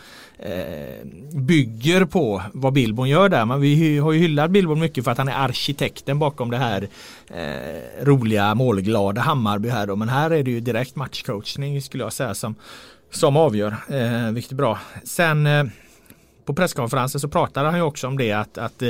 bygger på vad Billborn gör där. Men vi har ju hyllat Billborn mycket för att han är arkitekten bakom det här roliga, målglada Hammarby här då. Men här är det ju direkt matchcoachning skulle jag säga som avgör, vilket är bra. Sen på presskonferensen så pratade han ju också om det att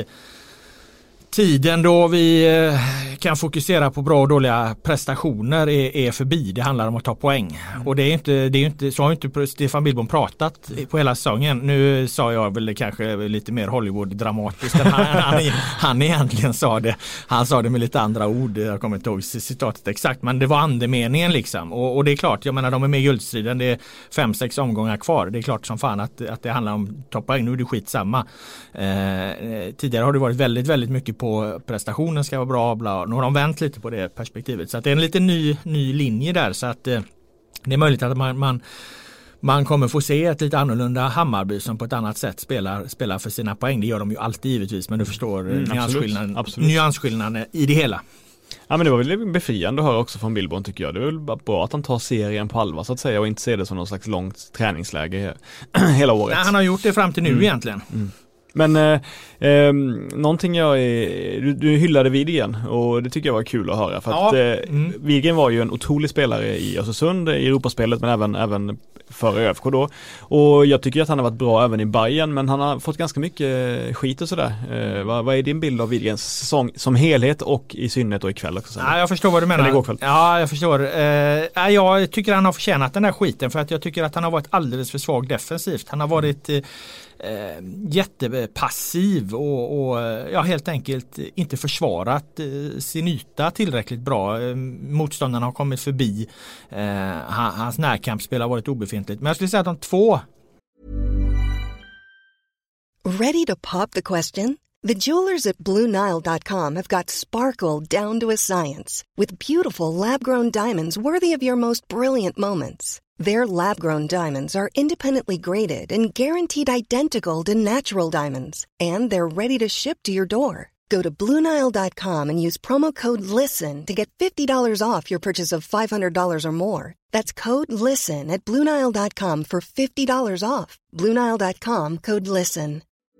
tiden då vi kan fokusera på bra och dåliga prestationer är förbi. Det handlar om att ta poäng. Och det är inte så har inte Stefan Billborn pratat på hela säsongen. Nu sa jag väl kanske lite mer Hollywood-dramatiskt än han egentligen sa det. Han sa det med lite andra ord. Jag kommer inte ihåg citatet exakt, men det var andemeningen liksom. Och det är klart, jag menar de är med i guldstriden. Det är 5-6 omgångar kvar. Det är klart som fan att det handlar om att ta poäng. Nu är det skitsamma. Tidigare har det varit väldigt, väldigt mycket på prestationen ska vara bra, bla. Nu har de vänt lite på det perspektivet. Så att det är en lite ny linje där. Så att det är möjligt att man kommer få se ett lite annorlunda Hammarby som på ett annat sätt spelar för sina poäng. Det gör de ju alltid givetvis, men du förstår nyansskillnaden i det hela. Ja, men det var väl befriande att höra också från Billborn tycker jag. Det är väl bra att han tar serien på allvar så att säga och inte ser det som någon slags långt träningsläge hela året. Nej, han har gjort det fram till nu egentligen. Men någonting du hyllade Widgren och det tycker jag var kul att höra för att Widgren var ju en otrolig spelare i Östersund i Europaspelet men även före ÖFK då, och jag tycker att han har varit bra även i Bayern, men han har fått ganska mycket skit och sådär. Vad är din bild av Widgrens säsong som helhet och i synnerhet och ikväll också? Ja, jag förstår vad du menar. Ja, jag förstår. Jag tycker han har förtjänat den där skiten för att jag tycker att han har varit alldeles för svag defensivt. Han har varit jättepassiv och helt enkelt inte försvarat sin yta tillräckligt bra. Motståndarna har kommit förbi. Hans närkampsspel har varit obefintligt. Men jag skulle säga att de två. Ready to pop the question? The jewelers at BlueNile.com have got sparkle down to a science with beautiful lab-grown diamonds worthy of your most brilliant moments. Their lab-grown diamonds are independently graded and guaranteed identical to natural diamonds. And they're ready to ship to your door. Go to BlueNile.com and use promo code LISTEN to get $50 off your purchase of $500 or more. That's code LISTEN at BlueNile.com for $50 off. BlueNile.com, code LISTEN.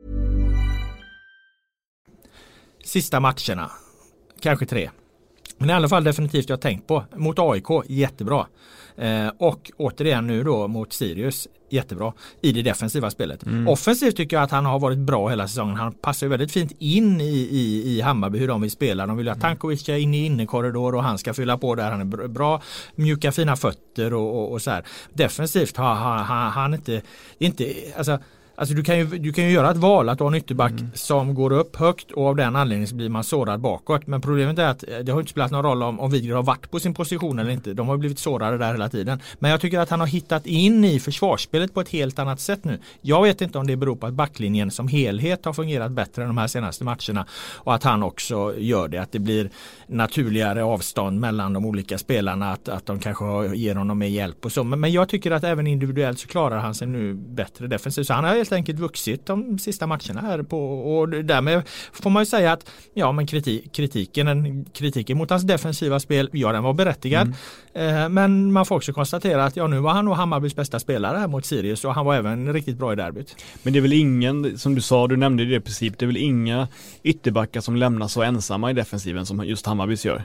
Sista matcherna, kanske 3. Men i alla fall definitivt jag har tänkt på. Mot AIK, jättebra. Och återigen nu då mot Sirius, jättebra i det defensiva spelet. Offensivt tycker jag att han har varit bra hela säsongen. Han passar ju väldigt fint in i Hammarby hur de vill spela. De vill ha Tankovic in i innekorridor och han ska fylla på där. Han är bra, mjuka fina fötter och så här. Defensivt har han inte alltså Alltså du kan ju göra ett val att ha en ytterback som går upp högt och av den anledningen så blir man sårad bakåt. Men problemet är att det har inte spelat någon roll om Wigren har varit på sin position eller inte. De har blivit sårade där hela tiden. Men jag tycker att han har hittat in i försvarsspelet på ett helt annat sätt nu. Jag vet inte om det beror på att backlinjen som helhet har fungerat bättre än de här senaste matcherna och att han också gör det. Att det blir naturligare avstånd mellan de olika spelarna, att de kanske ger honom mer hjälp och så. Men jag tycker att även individuellt så klarar han sig nu bättre defensivt. Så han har helt enkelt vuxit de sista matcherna här och därmed får man ju säga att men kritiken mot hans defensiva spel, den var berättigad. Men man får också konstatera att nu var han nog Hammarbys bästa spelare här mot Sirius och han var även riktigt bra i derbyt. Men det är väl ingen, som du sa, du nämnde det i princip, det är väl inga ytterbackar som lämnas så ensamma i defensiven som just Hammarbys gör?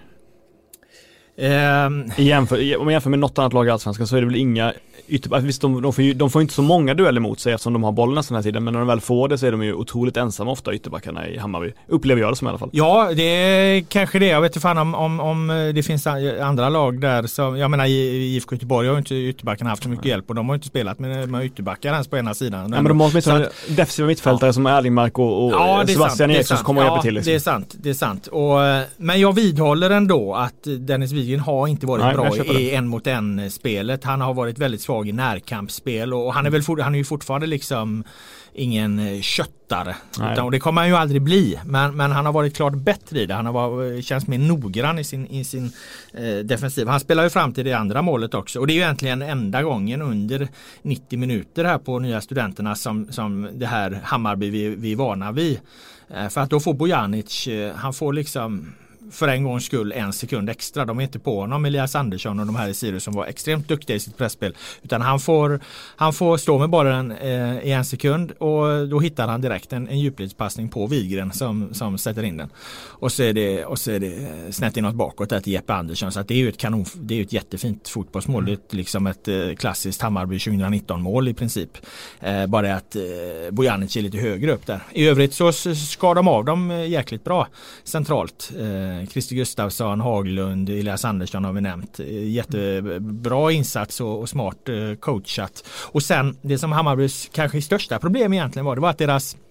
Om man jämför med något annat lag i Allsvenskan så är det väl inga visst, de får inte så många dueller mot sig eftersom de har bollen nästan här tiden, men när de väl får det så är de ju otroligt ensamma ofta ytterbackarna i Hammarby. Upplever jag det som i alla fall. Ja, det är kanske det. Jag vet inte fan om det finns andra lag där som, jag menar i IFK Göteborg har ju inte ytterbackarna haft så mycket hjälp och de har inte spelat med ytterbackar ens på ena sidan. Ja, men de har åtminstone defensiva mittfältare som Erlingmark och Sebastian Eriksson som kommer att hjälpa till. Liksom. Det är sant. Men jag vidhåller ändå att Dennis Wigren har inte varit bra i en mot en spelet. Han har varit väldigt svag i närkampsspel och han är ju fortfarande liksom ingen köttare. Och det kommer han ju aldrig bli. Men han har varit klart bättre i det. Han har känns mer noggrann i sin defensiv. Han spelar ju fram till det andra målet också. Och det är ju egentligen enda gången under 90 minuter här på Nya Studenterna som det här Hammarby vi är vana vid. För att då får Bojanic, han får liksom för en gångs skull en sekund extra. De är inte på honom, Elias Andersson och de här i Sirius som var extremt duktiga i sitt pressspel. Utan han får stå med bollen i en sekund och då hittar han direkt en djupledspassning på Wigren som sätter in den. Och så är det snett inåt bakåt där till Jeppe Andersson. Så att det är ju ett jättefint fotbollsmål. Det är liksom ett klassiskt Hammarby 2019-mål i princip. Bara att Bojanic är lite högre upp där. I övrigt så skar de av dem jäkligt bra centralt. Christer Gustafsson, Haglund, Elias Andersson har vi nämnt. Jättebra insats och smart coachat. Och sen det som Hammarbys kanske största problem egentligen var att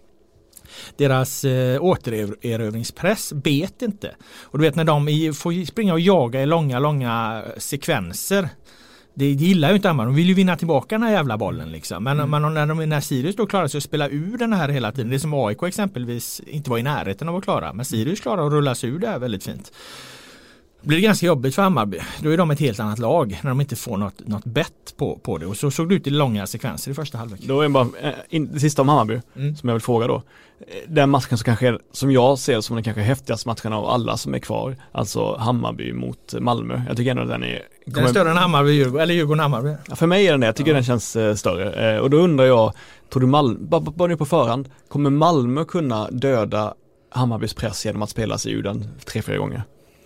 deras återerövringspress bet inte. Och du vet när de får springa och jaga i långa sekvenser. Det gillar ju inte Hammarby. De vill ju vinna tillbaka den här jävla bollen liksom. Men när Sirius då klarar sig att spela ur den här hela tiden. Det som AIK exempelvis inte var i närheten av att klara. Men Sirius klarar att rulla sig ur det här väldigt fint. Det blir ganska jobbigt för Hammarby. Då är de ett helt annat lag när de inte får något bett på det. Och så såg det ut i långa sekvenser i första halvlek. Då är bara det sista om Hammarby som jag vill fråga då. Den matchen som jag ser som den kanske häftigaste matchen av alla som är kvar. Alltså Hammarby mot Malmö. Jag tycker ändå att den är större än Hammarby eller Djurgården-Hammarby. Ja, för mig är den det. Jag tycker den känns större. Och då undrar jag, tror du bara nu på förhand, kommer Malmö kunna döda Hammarbys press genom att spela sig ur den 3-4 gånger?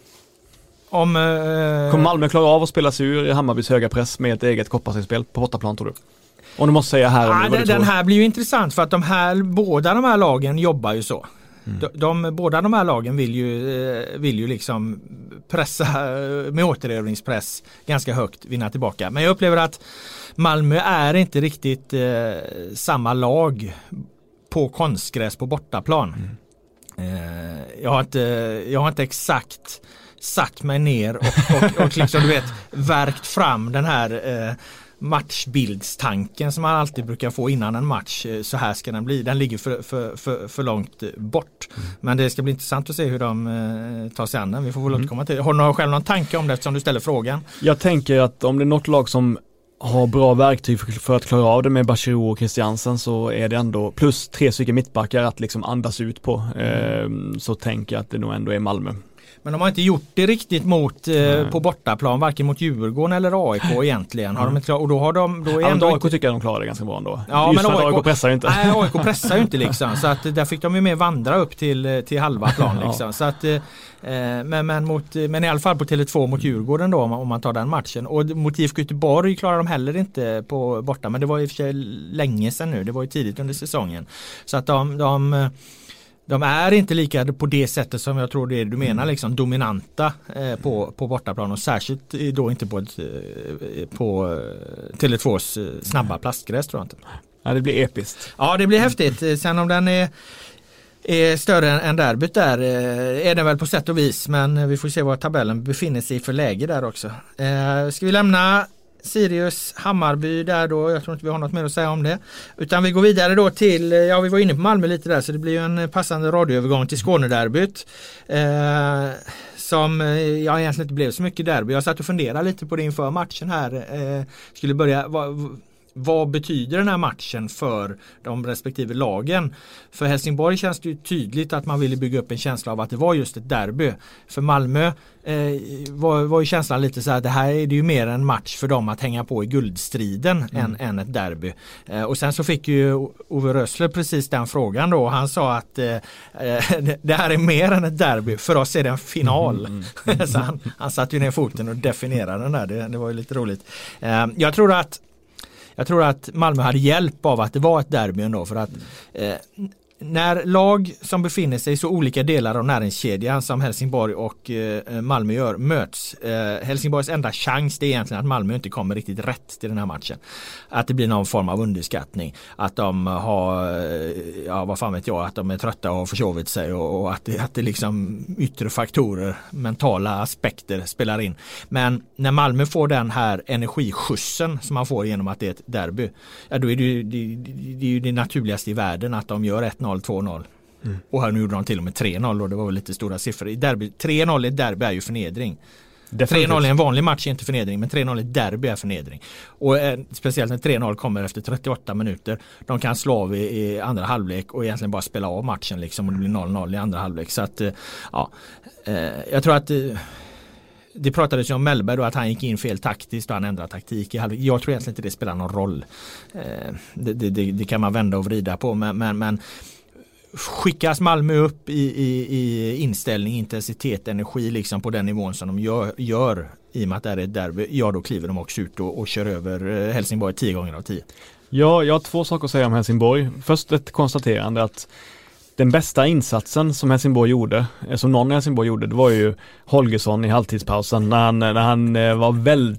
Kommer Malmö klara av att spela sig ur Hammarbys höga press med ett eget kopparspel på bortaplan, tror du? Om du måste säga här. Den här blir ju intressant för att båda de här lagen jobbar ju så. Båda de här lagen vill ju liksom pressa med återerövringspress ganska högt, vinna tillbaka. Men jag upplever att Malmö är inte riktigt samma på konstgräs på bortaplan. Jag har inte exakt satt mig ner och liksom, du vet, verkt fram den här matchbildstanken som man alltid brukar få innan en match. Så här ska den bli. Den ligger för långt bort. Men det ska bli intressant att se hur de tar sig an den. Vi får väl återkomma till det. Har du själv någon tanke om det eftersom du ställer frågan? Jag tänker att om det är något lag som har bra verktyg för att klara av det med Bachirou och Christiansen, så är det ändå plus 3 stycken mittbackar att liksom andas ut på. Så tänker jag att det nog ändå är Malmö. Men de har inte gjort det riktigt på bortaplan, varken mot Djurgården eller AIK egentligen. Har de inte, och då har AIK tycker jag de klarar det ganska bra ändå. Ja, men AIK pressar ju inte. Nej, AIK pressar ju inte liksom. Så att där fick de ju mer vandra upp till halva plan liksom. Ja. Så att, men i alla fall på Tele2 mot Djurgården då, om man tar den matchen. Och mot IFK Göteborg klarar de heller inte på borta. Men det var i och för sig länge sedan nu. Det var ju tidigt under säsongen. Så att de är inte lika på det sättet som jag tror det är du menar, liksom dominanta på bortaplan, och särskilt då inte på Tele2s snabba plastgräs, tror jag inte. Ja, det blir episkt. Ja, det blir häftigt. Sen om den är större än derbyt där är den väl på sätt och vis, men vi får se vad tabellen befinner sig i för läge där också. Ska vi lämna Sirius Hammarby där då? Jag tror inte vi har något mer att säga om det, utan vi går vidare då till, vi var inne på Malmö lite där, så det blir ju en passande radioövergång till Skånederbyt som jag egentligen inte blev så mycket derby. Jag satt och funderade lite på det inför matchen här. Skulle börja vad betyder den här matchen för de respektive lagen? För Helsingborg känns det ju tydligt att man ville bygga upp en känsla av att det var just ett derby. För Malmö var ju känslan lite så här, det här är det ju mer en match för dem att hänga på i guldstriden än ett derby. Och sen så fick ju Ove Rössler precis den frågan då. Han sa att det här är mer än ett derby, för oss är det en final. Så han satte ju ner foten och definierade den där. Det var ju lite roligt. Jag tror att Malmö hade hjälp av att det var ett derby ändå, för att när lag som befinner sig i så olika delar av näringskedjan som Helsingborg och Malmö möts. Helsingborgs enda chans det är egentligen att Malmö inte kommer riktigt rätt till den här matchen. Att det blir någon form av underskattning. Att de har, vad fan vet jag, att de är trötta och har försovit sig och att det liksom yttre faktorer, mentala aspekter spelar in. Men när Malmö får den här energiskjutsen som man får genom att det är ett derby, då är det ju det naturligaste i världen att de gör 1-0, 2-0. Och här nu gjorde de till och med 3-0 och det var väl lite stora siffror. 3-0 i ett derby är ju förnedring. Definitivt. 3-0 i en vanlig match är inte förnedring, men 3-0 i ett derby är förnedring. Och speciellt när 3-0 kommer efter 38 minuter. De kan slå av i andra halvlek och egentligen bara spela av matchen liksom, och det blir 0-0 i andra halvlek. Så att jag tror att det pratades ju om Mellberg då, att han gick in fel taktiskt och han ändrade taktik. Jag tror egentligen inte det spelar någon roll. Det kan man vända och vrida på, men skickas Malmö upp i inställning, intensitet, energi liksom på den nivån som de gör i och med att det är ett derby, då kliver de också ut och kör över Helsingborg 10 gånger av 10. Ja, jag har 2 saker att säga om Helsingborg. Först ett konstaterande att den bästa insatsen som Helsingborg gjorde, som någon i Helsingborg gjorde, det var ju Holgersson i halvtidspausen när han var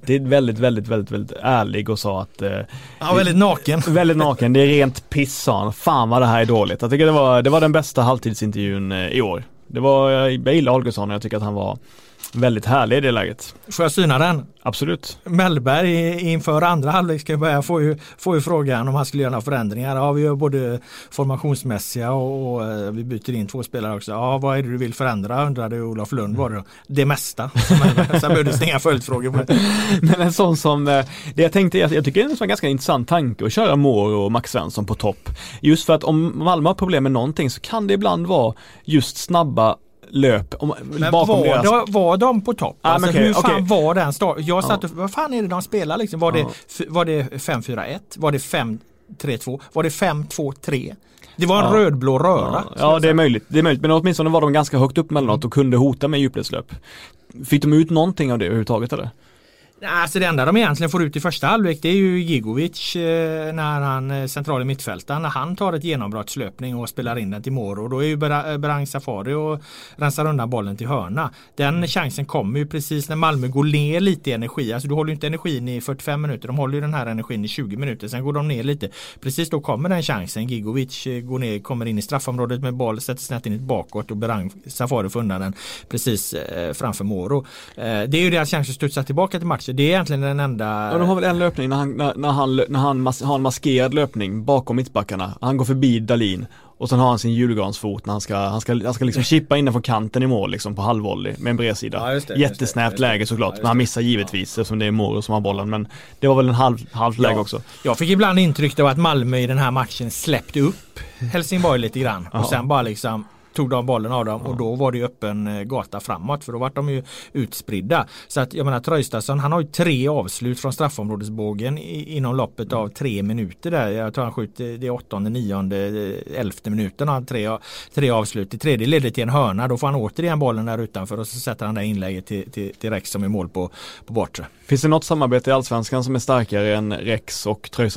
väldigt ärlig och sa att väldigt naken. Väldigt naken, det är rent piss, sa han. Fan vad det här är dåligt. Jag tycker det var den bästa halvtidsintervjun i år. Jag gillar Holgersson och jag tycker att han var väldigt härlig i det läget. Får jag syna den? Absolut. Mellberg inför andra halvlek ska börja får ju frågan om han skulle göra några förändringar. Ja, vi gör både formationsmässiga och vi byter in 2 spelare också. Ja, vad är det du vill förändra? Undrade Olof Lund var det mesta. Sen behövde det inga följdfrågor på det. Men en sån som det jag tänkte, jag tycker det är en ganska intressant tanke att köra Moro och Max Svensson på topp. Just för att om Malmö har problem med någonting så kan det ibland vara just snabba löp bakom var de på topp? Alltså, hur fan var den start? Jag satt vad fan är det de spelar liksom? Var det 5-4-1? Var det 5-3-2? Var det 5-2-3? Det var en rödblå röra. Ja, det är möjligt. Men åtminstone var de ganska högt upp mellanåt och kunde hota med djupledslöp. Fick de ut någonting av det överhuvudtaget eller? Alltså det enda de egentligen får ut i första halvlek, det är ju Gigovic när han central i mittfältan, när han tar ett genombrottslöpning och spelar in den till Moro, och då är ju Berang Safari och rensar undan bollen till hörna. Den chansen kommer ju precis när Malmö går ner lite i energi. Alltså du håller ju inte energin i 45 minuter, de håller ju den här energin i 20 minuter, sen går de ner lite. Precis då kommer den chansen. Gigovic går ner, kommer in i straffområdet med boll, sätter snett in bakåt och Berang Safari får undan den precis framför Moro. Det är ju deras chans att studsa tillbaka till matchen. Det är egentligen den enda... Ja, de har väl en löpning när han har en maskerad löpning bakom mittbackarna. Han går förbi Dahlin och sen har han sin julgransfot när han ska liksom chippa inne från kanten i mål liksom på halvvolley med en bredsida. Ja, jättesnävt läge såklart, men han missar givetvis eftersom det är Moro som har bollen, men det var väl en halvt läge också. Jag fick ibland intryck av att Malmö i den här matchen släppte upp Helsingborg lite grann och sen bara liksom tog de bollen av dem och då var det öppen gata framåt, för då var de ju utspridda. Så att jag menar, Traustason, han har ju 3 avslut från straffområdesbågen inom loppet av 3 minuter där. Jag tror han skjuter det 8:e, 9:e, 11:e minuten har han 3 avslut. I tredje ledde till en hörna, då får han återigen bollen där utanför och så sätter han det inlägget till Rex som är mål på bortre. Finns det något samarbete i Allsvenskan som är starkare än Rex och Traustason?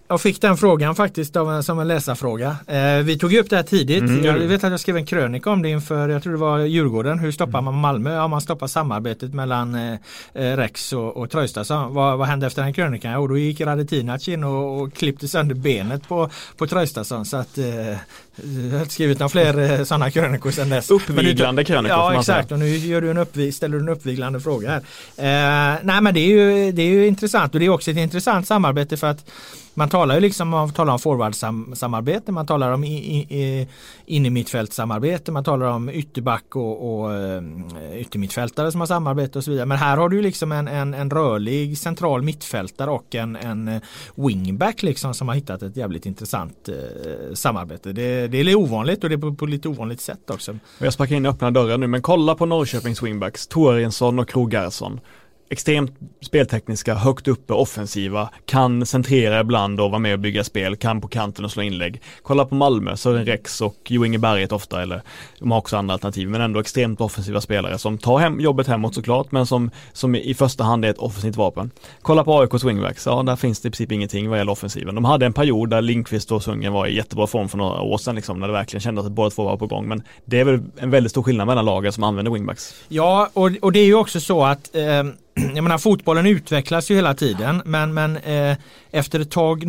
Jag fick den frågan faktiskt som en läsarfråga. Vi tog ju upp det här tidigt. Jag vet att jag skrev en krönika om det inför, jag tror det var Djurgården. Hur stoppar man Malmö? Ja, man stoppar samarbetet mellan Rex och Traustason. Vad hände efter den krönikan? Och då gick Radetinac in och klippte sönder benet på Traustason. Så att jag har skrivit några fler sådana krönikor sedan dess. Uppviglande krönikor. Ja, exakt. Och nu gör ställer du en uppviglande fråga här. Nej, men det är ju intressant, och det är också ett intressant samarbete för att man talar ju liksom om forwardsamarbete, man talar om innermittfältsamarbete, man talar om ytterback och yttermittfältare som har samarbete och så vidare. Men här har du liksom en rörlig central mittfältare och en wingback liksom som har hittat ett jävligt intressant samarbete. Det är ovanligt, och det är på lite ovanligt sätt också. Jag sparkar in öppna dörrar nu, men kolla på Norrköpings wingbacks, Torensson och Krogarsson. Extremt speltekniska, högt uppe, offensiva, kan centrera ibland och vara med och bygga spel, kan på kanten och slå inlägg. Kolla på Malmö, Sören Rex och Jo Inge Berget ofta, eller de har också andra alternativ, men ändå extremt offensiva spelare som tar jobbet hemåt såklart, men som i första hand är ett offensivt vapen. Kolla på AIKs wingbacks, ja, där finns det i princip ingenting vad gäller offensiven. De hade en period där Lindqvist och Sungen var i jättebra form för några år sedan liksom, när det verkligen kändes att båda två var på gång, men det är väl en väldigt stor skillnad mellan lagen som använder wingbacks. Ja, och det är ju också så att jag menar, fotbollen utvecklas ju hela tiden, men efter ett tag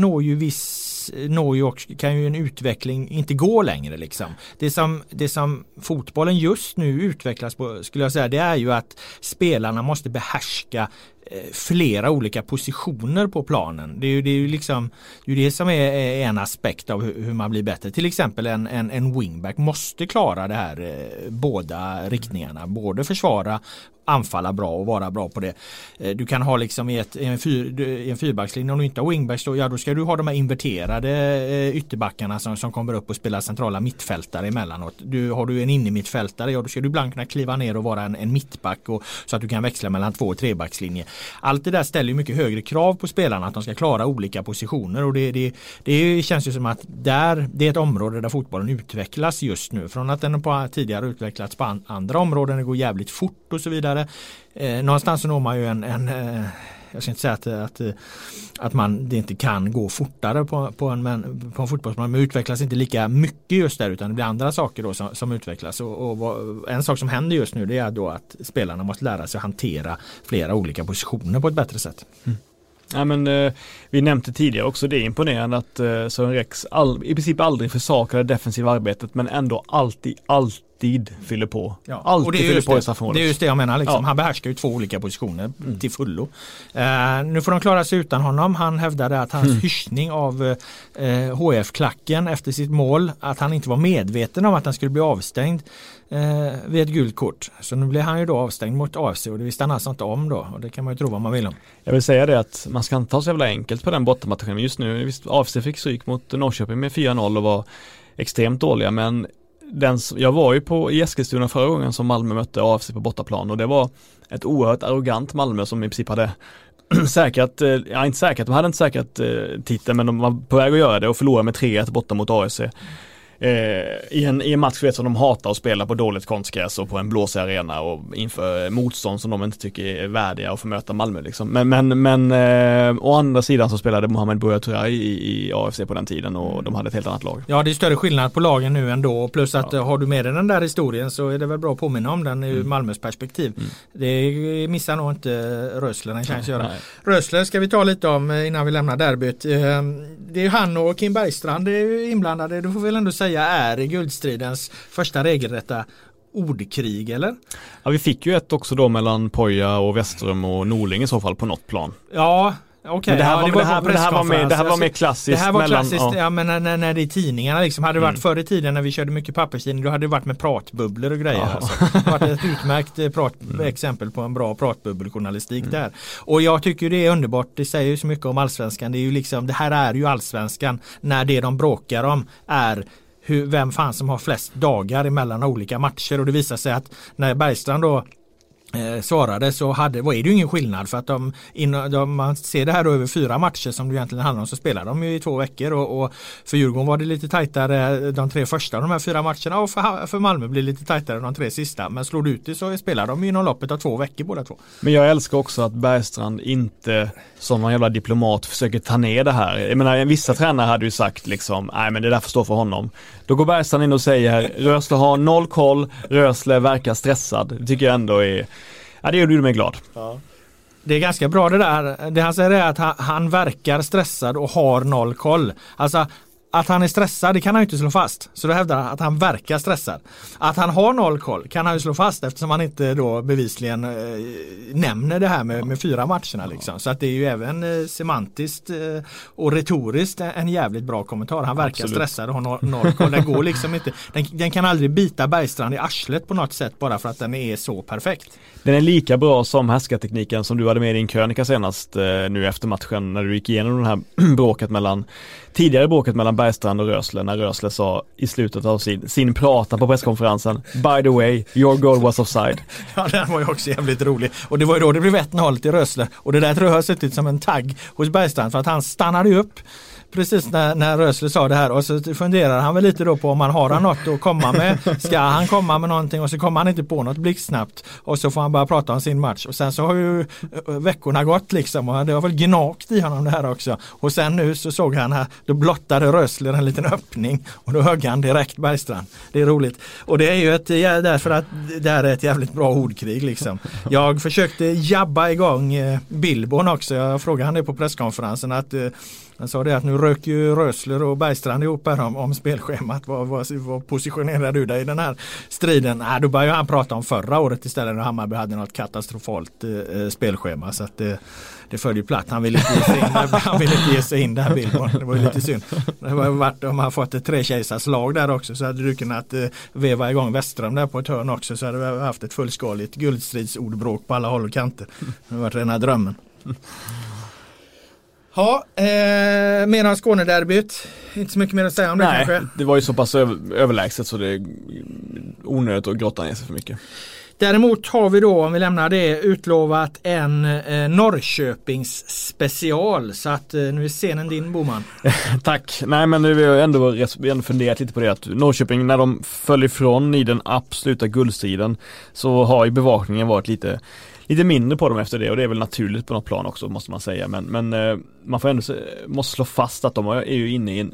kan ju en utveckling inte gå längre liksom. Det som fotbollen just nu utvecklas på, skulle jag säga, det är ju att spelarna måste behärska flera olika positioner på planen. Det är ju liksom det som är en aspekt av hur man blir bättre. Till exempel en wingback måste klara det här båda riktningarna, både försvara, anfalla bra och vara bra på det. Du kan ha liksom i en fyrbackslinje, om du inte har wingbacks då ska du ha de här inverterade ytterbackarna som kommer upp och spelar centrala mittfältare emellanåt. Har du en innermittfältare, då ska du ibland kunna kliva ner och vara en mittback, så att du kan växla mellan 2- och 3-backslinje. Allt det där ställer ju mycket högre krav på spelarna, att de ska klara olika positioner, och det känns ju som att det är ett område där fotbollen utvecklas just nu. Från att den tidigare utvecklats på andra områden, det går jävligt fort och så vidare. Någonstans så når man ju jag ska inte säga att det inte kan gå fortare på en fotbollsplan, men utvecklas inte lika mycket just där, utan det blir andra saker då som utvecklas, och en sak som händer just nu, det är då att spelarna måste lära sig att hantera flera olika positioner på ett bättre sätt. Ja, men vi nämnde tidigare också, det är imponerande att Sören Rex i princip aldrig försakar det defensiva arbetet, men ändå alltid fyller på. Ja. Alltid fyller på i straffområdet. Det är just det jag menar. Liksom. Ja. Han behärskar ju 2 olika positioner till fullo. Nu får de klara sig utan honom. Han hävdade att hans hyschning av HF-klacken efter sitt mål, att han inte var medveten om att han skulle bli avstängd vid ett gult kort. Så nu blir han ju då avstängd mot AFC, och det visste han alltså inte om då. Och det kan man ju tro vad man vill om. Jag vill säga det att man ska inte ta så jävla enkelt på den bortamatchen. Men just nu, visst, AFC fick stryk mot Norrköping med 4-0 och var extremt dåliga, men jag var ju i Eskilstuna förra gången som Malmö mötte AFC på bortaplan, och det var ett oerhört arrogant Malmö som i princip hade de hade inte säkrat titeln, men de var på väg att göra det och förlorade med 3-1 borta mot AFC. I en match som de hatar att spela på dåligt konstgräs och på en blåsig arena och inför motstånd som de inte tycker är värdiga att få möta Malmö liksom. Men å andra sidan så spelade Mohamed Bouya i AFC på den tiden, och de hade ett helt annat lag. Ja, det är större skillnad på lagen nu ändå, plus att har du med den där historien så är det väl bra att påminna om den ur Malmös perspektiv. Det missar nog inte Rössler en chans att göra. Rössler ska vi ta lite om innan vi lämnar derbyt. Det är han och Kim Bergstrand inblandade, du får väl ändå säga är guldstridens första regelrätta ordkrig, eller? Ja, vi fick ju ett också då mellan Poja och Westström och Norling i så fall på något plan. Ja, okej. Det här var mer klassiskt. Det här var klassiskt, ja, men när det är tidningarna liksom. Hade det varit förr i tiden när vi körde mycket papperstidning, då hade det varit med pratbubblor och grejer. Alltså. Det var ett utmärkt exempel på en bra pratbubbeljournalistik där. Och jag tycker det är underbart, det säger ju så mycket om allsvenskan. Det är ju liksom, det här är ju allsvenskan när det de bråkar om är vem fan som har flest dagar emellan olika matcher, och det visar sig att när Bergstrand då svarade så var det ju ingen skillnad för att man ser det här då över 4 matcher som det egentligen handlar om, så spelar de ju i 2 veckor och för Djurgården var det lite tajtare de 3 första av de här 4 matcherna och för Malmö blir det lite tajtare de 3 sista, men slår du ut det så spelar de ju inom loppet av 2 veckor båda två. Men jag älskar också att Bergstrand inte som någon jävla diplomat försöker ta ner det här. Jag menar, vissa tränare hade ju sagt liksom, nej men det där får stå för honom. Då går Bergstrand in och säger, Rösle har 0 koll, Rösle verkar stressad. Det tycker jag ändå är, ja det gjorde mig glad. Ja. Det är ganska bra det där. Det han säger är att han verkar stressad och har 0 koll. Alltså att han är stressad, det kan han ju inte slå fast. Så då hävdar han att han verkar stressad. Att han har 0 koll kan han ju slå fast eftersom han inte då bevisligen nämner det här med 4 matcherna liksom. Så att det är ju även semantiskt och retoriskt en jävligt bra kommentar. Han verkar stressad och har 0 koll. Den går liksom inte. Den kan aldrig bita Bergstrand i arslet på något sätt bara för att den är så perfekt. Den är lika bra som härskartekniken som du hade med i din krönika senast nu efter matchen när du gick igenom den här tidigare bråket mellan Bergstrand och Rösle, när Rösle sa i slutet av sin prata på presskonferensen, by the way, your goal was offside. Ja, den var ju också jävligt rolig. Och det var ju då det blev 1-0 till Rösle. Och det där tror jag har suttit som en tagg hos Bergstrand för att han stannade upp precis när Rösle sa det här och så funderar han väl lite då på om han har något att komma med. Ska han komma med någonting och så kommer han inte på något blixtsnabbt och så får han bara prata om sin match. Och sen så har ju veckorna gått liksom och det har väl gnagt i honom det här också. Och sen nu så såg han här, då blottade Rösle en liten öppning och då högg han direkt Bergstrand. Det är roligt. Och det är ju därför att det här är ett jävligt bra ordkrig liksom. Jag försökte jabba igång Billborn också. Jag frågade han det på presskonferensen att han sa det att nu rök ju Rösler och Bergstrand ihop här om spelschemat. Vad positionerar du dig i den här striden? Då började han prata om förra året istället när Hammarby hade något katastrofalt spelschema. Så att det följde platt. Han ville inte ge sig in där Billborn. Det var ju lite synd. Det var varit om han fått ett 3-kejsarslag där också så hade du kunnat veva igång Westström där på ett hörn också så hade vi haft ett fullskaligt guldstridsordbråk på alla håll och kanter. Det har varit rena drömmen. Ja, mer om Skånederbyt. Inte så mycket mer att säga om det. Nej, kanske. Det var ju så pass överlägset så det är onödigt att grotta ner sig för mycket. Däremot har vi då, om vi lämnar det, utlovat en Norrköpings special. Så att nu är scenen din, Boman. Tack. Nej, men vi har ändå funderat lite på det att Norrköping, när de föll ifrån i den absoluta guldstriden så har ju bevakningen varit lite mindre på dem efter det och det är väl naturligt på något plan också måste man säga. Men man får ändå måste slå fast att de är ju inne i en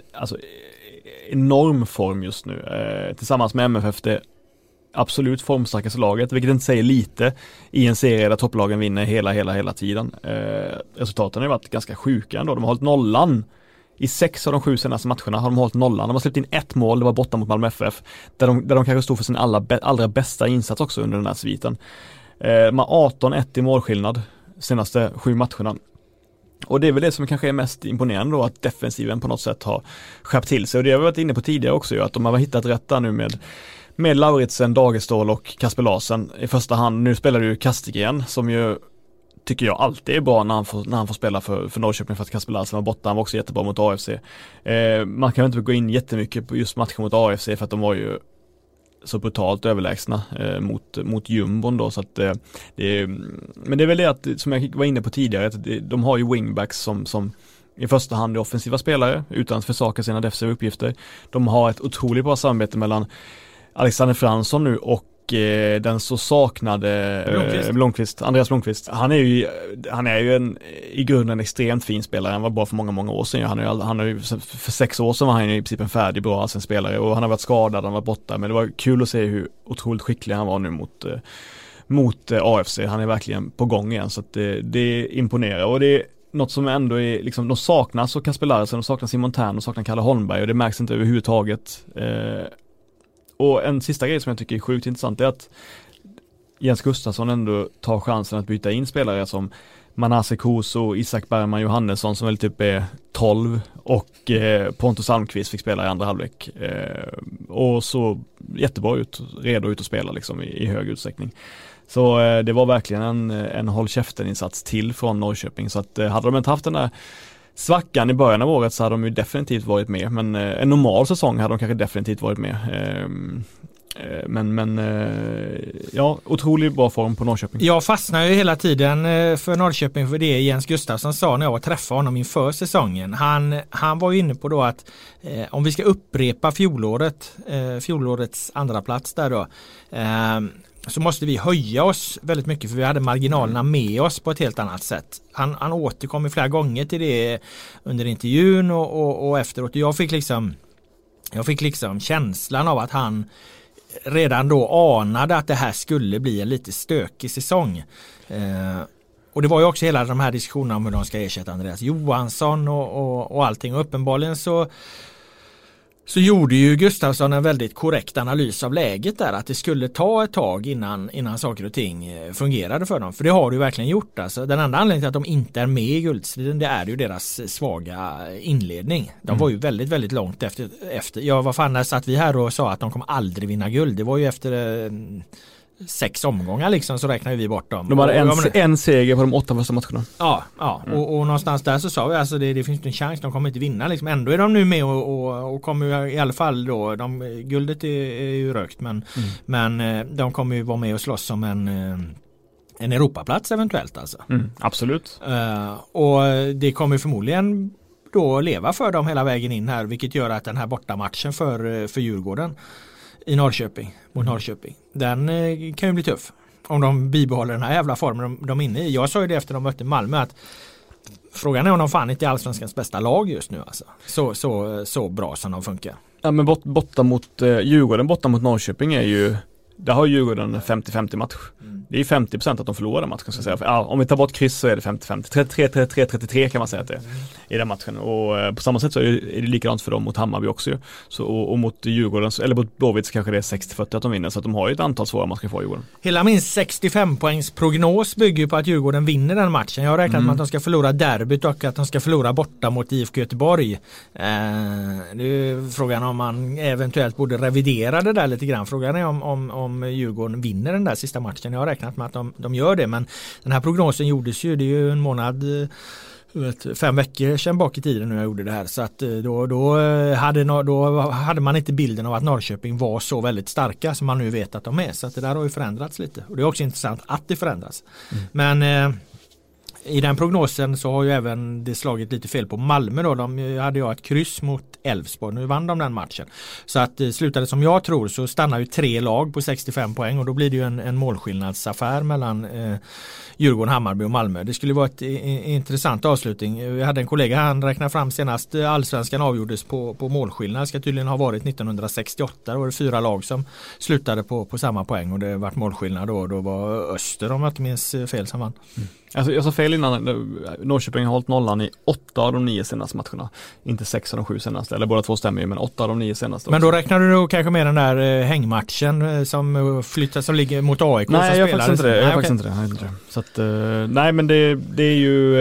enorm form just nu. Tillsammans med MFF det absolut formstarkaste laget, vilket inte säger lite i en serie där topplagen vinner hela tiden. Resultaten har varit ganska sjuka ändå. De har hållit nollan i 6 av de 7 senaste matcherna har de hållit nollan. De har släppt in 1 mål, det var borta mot Malmö FF där de kanske stod för sin allra bästa insats också under den här sviten. De har 18-1 i målskillnad senaste 7 matcherna. Och det är väl det som kanske är mest imponerande då, att defensiven på något sätt har skärpt till sig. Och det har vi varit inne på tidigare också ju, att de har hittat rätt där nu med Lauritsen, Dagestål och Kasper Larsen i första hand. Nu spelar ju Kastegren som ju tycker jag alltid är bra när han får spela för Norrköping för att Kasper Larsen var borta. Han var också jättebra mot AFC. Man kan inte gå in jättemycket på just matchen mot AFC för att de var ju så brutalt överlägsna mot Jumbon då, så att men det är väl det att, som jag var inne på tidigare, att de har ju wingbacks som i första hand är offensiva spelare utan att försaka sina defensiva uppgifter. De har ett otroligt bra samarbete mellan Alexander Fransson nu och den så saknade Andreas Blomqvist. Han är ju i grunden extremt fin spelare. Han var bra för många år sedan. Han har ju för 6 år sedan var han i princip en färdig bra allsvensk-spelare och han har varit skadad, han var borta, men det var kul att se hur otroligt skicklig han var nu mot AFC. Han är verkligen på gång igen, så att det imponerar, och det är något som ändå är liksom, de saknar så Kasper Larsen, de saknar Simon Tern, de saknar Kalle Holmberg, och det märks inte överhuvudtaget. Och en sista grej som jag tycker är sjukt intressant är att Jens Gustafsson ändå tar chansen att byta in spelare som Manasse Koso, Isak Bergman Johannesson som väl typ är 12 och Pontus Almqvist fick spela i andra halvlek och så jättebra redo ut att spela liksom i hög utsträckning. Så det var verkligen en håll käften-insats till från Norrköping, så att hade de inte haft den där svackan i början av året så hade de ju definitivt varit med, men en normal säsong hade de kanske definitivt varit med. Men ja, otroligt bra form på Norrköping. Jag fastnar ju hela tiden för Norrköping för det Jens Gustafsson sa när jag träffade honom inför säsongen. Han var ju inne på då att om vi ska upprepa fjolårets andra plats där då, så måste vi höja oss väldigt mycket för vi hade marginalerna med oss på ett helt annat sätt. Han återkom flera gånger till det under intervjun och efteråt. Jag fick liksom känslan av att han redan då anade att det här skulle bli en lite stökig säsong. Och det var ju också hela de här diskussionerna om hur de ska ersätta Andreas Johansson och allting. Och uppenbarligen så gjorde ju Gustafsson en väldigt korrekt analys av läget där. Att det skulle ta ett tag innan saker och ting fungerade för dem. För det har det ju verkligen gjort. Alltså, den enda anledningen till att de inte är med i guldstriden, det är ju deras svaga inledning. De var ju väldigt, väldigt långt efter. Ja, vad fan, satt vi här och sa att de kommer aldrig vinna guld. Det var ju efter 6 omgångar liksom, så räknar vi bort dem. De hade en seger på de 8 första matcherna. Ja. Och någonstans där så sa vi alltså det finns inte en chans, de kommer inte vinna liksom. Ändå är de nu med och kommer i alla fall då, guldet är ju rökt men de kommer ju vara med och slåss om en Europaplats eventuellt alltså. Absolut. Och det kommer förmodligen då leva för dem hela vägen in här, vilket gör att den här bortamatchen för Djurgården i Norrköping, mot Norrköping, den kan ju bli tuff om de bibehåller den här jävla formen de är inne i. Jag sa ju det efter de mötte Malmö att frågan är om de fan inte är allsvenskans bästa lag just nu alltså. Så bra som de funkar. Ja, men borta mot Djurgården, borta mot Norrköping är ju, där har Djurgården 50-50 match. Det är 50% att de förlorar matchen ska jag säga. Ja, om vi tar bort kryss så är det 50-50. 33-33 kan man säga att det är i den matchen. Och på samma sätt så är det likadant för dem mot Hammarby också. Så, och mot Djurgården, eller mot Blåvitt kanske det är 60-40 att de vinner. Så att de har ju ett antal svåra matcher kvar i Djurgården. Hela min 65-poängs prognos bygger på att Djurgården vinner den matchen. Jag har räknat med att de ska förlora derbyt och att de ska förlora borta mot IFK Göteborg. Det är frågan om man eventuellt borde revidera det där lite grann. Frågan är om Djurgården vinner den där sista matchen. Jag har räknat med att de gör det, men den här prognosen gjordes ju, det är ju en månad 5 veckor sedan bak i tiden när jag gjorde det här, så att då hade man inte bilden av att Norrköping var så väldigt starka som man nu vet att de är, så att det där har ju förändrats lite och det är också intressant att det förändras. Men i den prognosen så har ju även det slagit lite fel på Malmö då. De hade jag ett kryss mot Elfsborg. Nu vann de den matchen. Så att slutade som jag tror så stannar ju 3 lag på 65 poäng och då blir det ju en målskillnadsaffär mellan Djurgården, Hammarby och Malmö. Det skulle vara ett intressant avslutning. Vi hade en kollega, han räknade fram senast allsvenskan avgjordes på målskillnad. Det ska tydligen ha varit 1968. Då var det 4 lag som slutade på samma poäng och det vart målskillnad då. Då var Öster, om jag inte minns fel, som vann. Alltså, jag sa fel innan, Norrköping har hållit nollan i 8 av de 9 senaste matcherna. Inte 6 av de 7 senaste, eller båda två stämmer ju, men 8 av de 9 senaste. Men då räknar du då kanske med den där hängmatchen som ligger mot AIK? Nej, jag faktiskt inte det. Jag faktiskt inte det. Så att, nej, men det är ju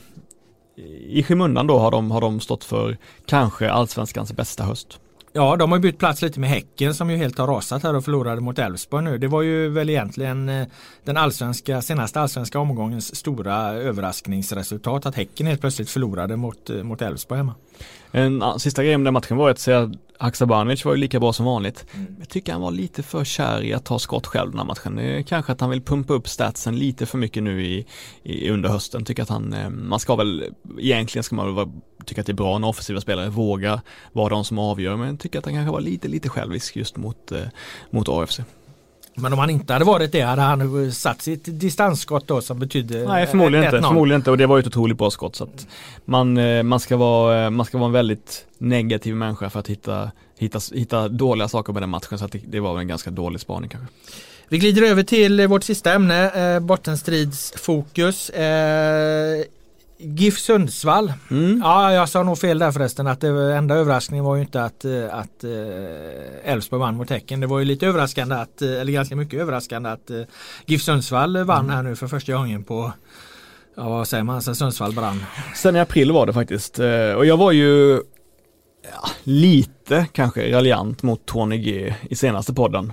i skymundan då har de stått för kanske allsvenskans bästa höst. Ja, de har bytt plats lite med Häcken som ju helt har rasat här och förlorade mot Elfsborg nu. Det var ju väl egentligen den senaste allsvenska omgångens stora överraskningsresultat att Häcken helt plötsligt förlorade mot Elfsborg hemma. En sista grej om den matchen var att säga att Haksabanovic var ju lika bra som vanligt. Jag tycker han var lite för kär i att ta skott själv den här matchen. Kanske att han vill pumpa upp statsen lite för mycket nu under hösten. Tycker att man ska väl, egentligen ska man väl tycka att det är bra när offensiva spelare vågar vara de som avgör, men tycker att han kanske var lite självisk just mot AFC. Men om han inte hade varit det, hade han satt sitt distansskott då som betydde... Nej, förmodligen inte. Och det var ju ett otroligt bra skott. Så att man ska vara en väldigt negativ människa för att hitta dåliga saker med den matchen. Så att det var en ganska dålig spaning kanske. Vi glider över till vårt sista ämne, bottenstridsfokus. GIF Sundsvall. Ja, jag sa nog fel där förresten, att det enda överraskningen var ju inte att Elfsborg vann mot Häcken. Det var ju lite överraskande eller ganska mycket överraskande att GIF Sundsvall vann här nu för första gången på, ja, vad säger man, så Sundsvall brann. Sen i april var det faktiskt. Och jag var ju lite kanske raljant mot Tony G i senaste podden.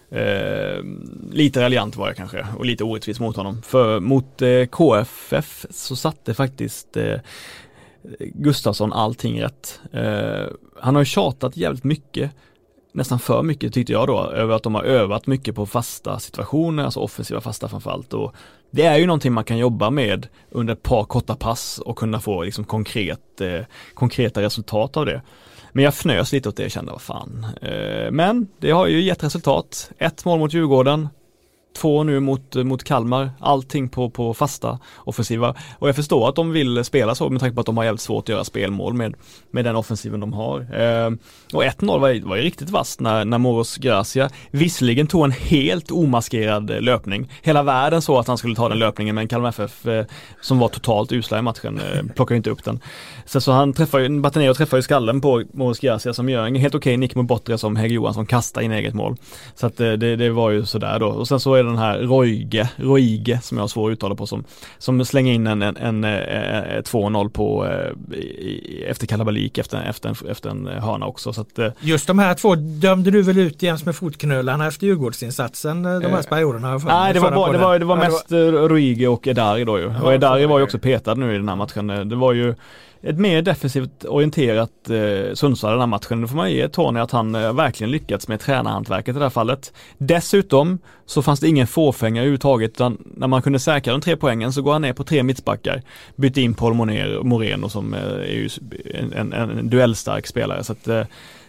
Lite raljant var jag kanske och lite orättvis mot honom, för mot KFF så satte faktiskt Gustafsson allting rätt. Han har ju tjatat jävligt mycket nästan för mycket tyckte jag då, över att de har övat mycket på fasta situationer, alltså offensiva fasta framförallt. Och det är ju någonting man kan jobba med under ett par korta pass och kunna få liksom konkreta resultat av det. Men jag fnös lite åt det och kände, vad fan. Men det har ju gett resultat. 1 mål mot Djurgården. 2 nu mot Kalmar, allting på fasta offensiva, och jag förstår att de vill spela så med tanke på att de har jävligt svårt att göra spelmål med den offensiven de har. Och 1-0 var ju riktigt vasst när Moros Gracia visserligen tog en helt omaskerad löpning. Hela världen så att han skulle ta den löpningen, men Kalmar FF som var totalt usla i matchen plockar inte upp den. Så han Batanero träffar ju skallen på Moros Gracia som gör en helt okej nick mot Bottra som Hägg Johansson kastar in eget mål. Så att det var ju sådär då. Och sen så är den här Roige som jag har svårt att uttala på som slänger in en 2-0 på efter kalabalik efter en hörna också. Så att, just de här 2 dömde du väl ut jäms med fotknölarna efter Djurgårdsinsatsen de här perioderna? Nej, det var mest Roige och Edari då ju. Ja, och Edari var ju också petad nu i den här matchen. Det var ju ett mer defensivt orienterat Sundsvall i den här matchen. Nu får man ge Tony att han verkligen lyckats med tränarhantverket i det här fallet. Dessutom så fanns det ingen fåfänga överhuvudtaget, utan när man kunde säkra de 3 poängen så går han ner på 3 mittbackar. Bytte in Paul Moreno som är ju en duellstark spelare. Så att,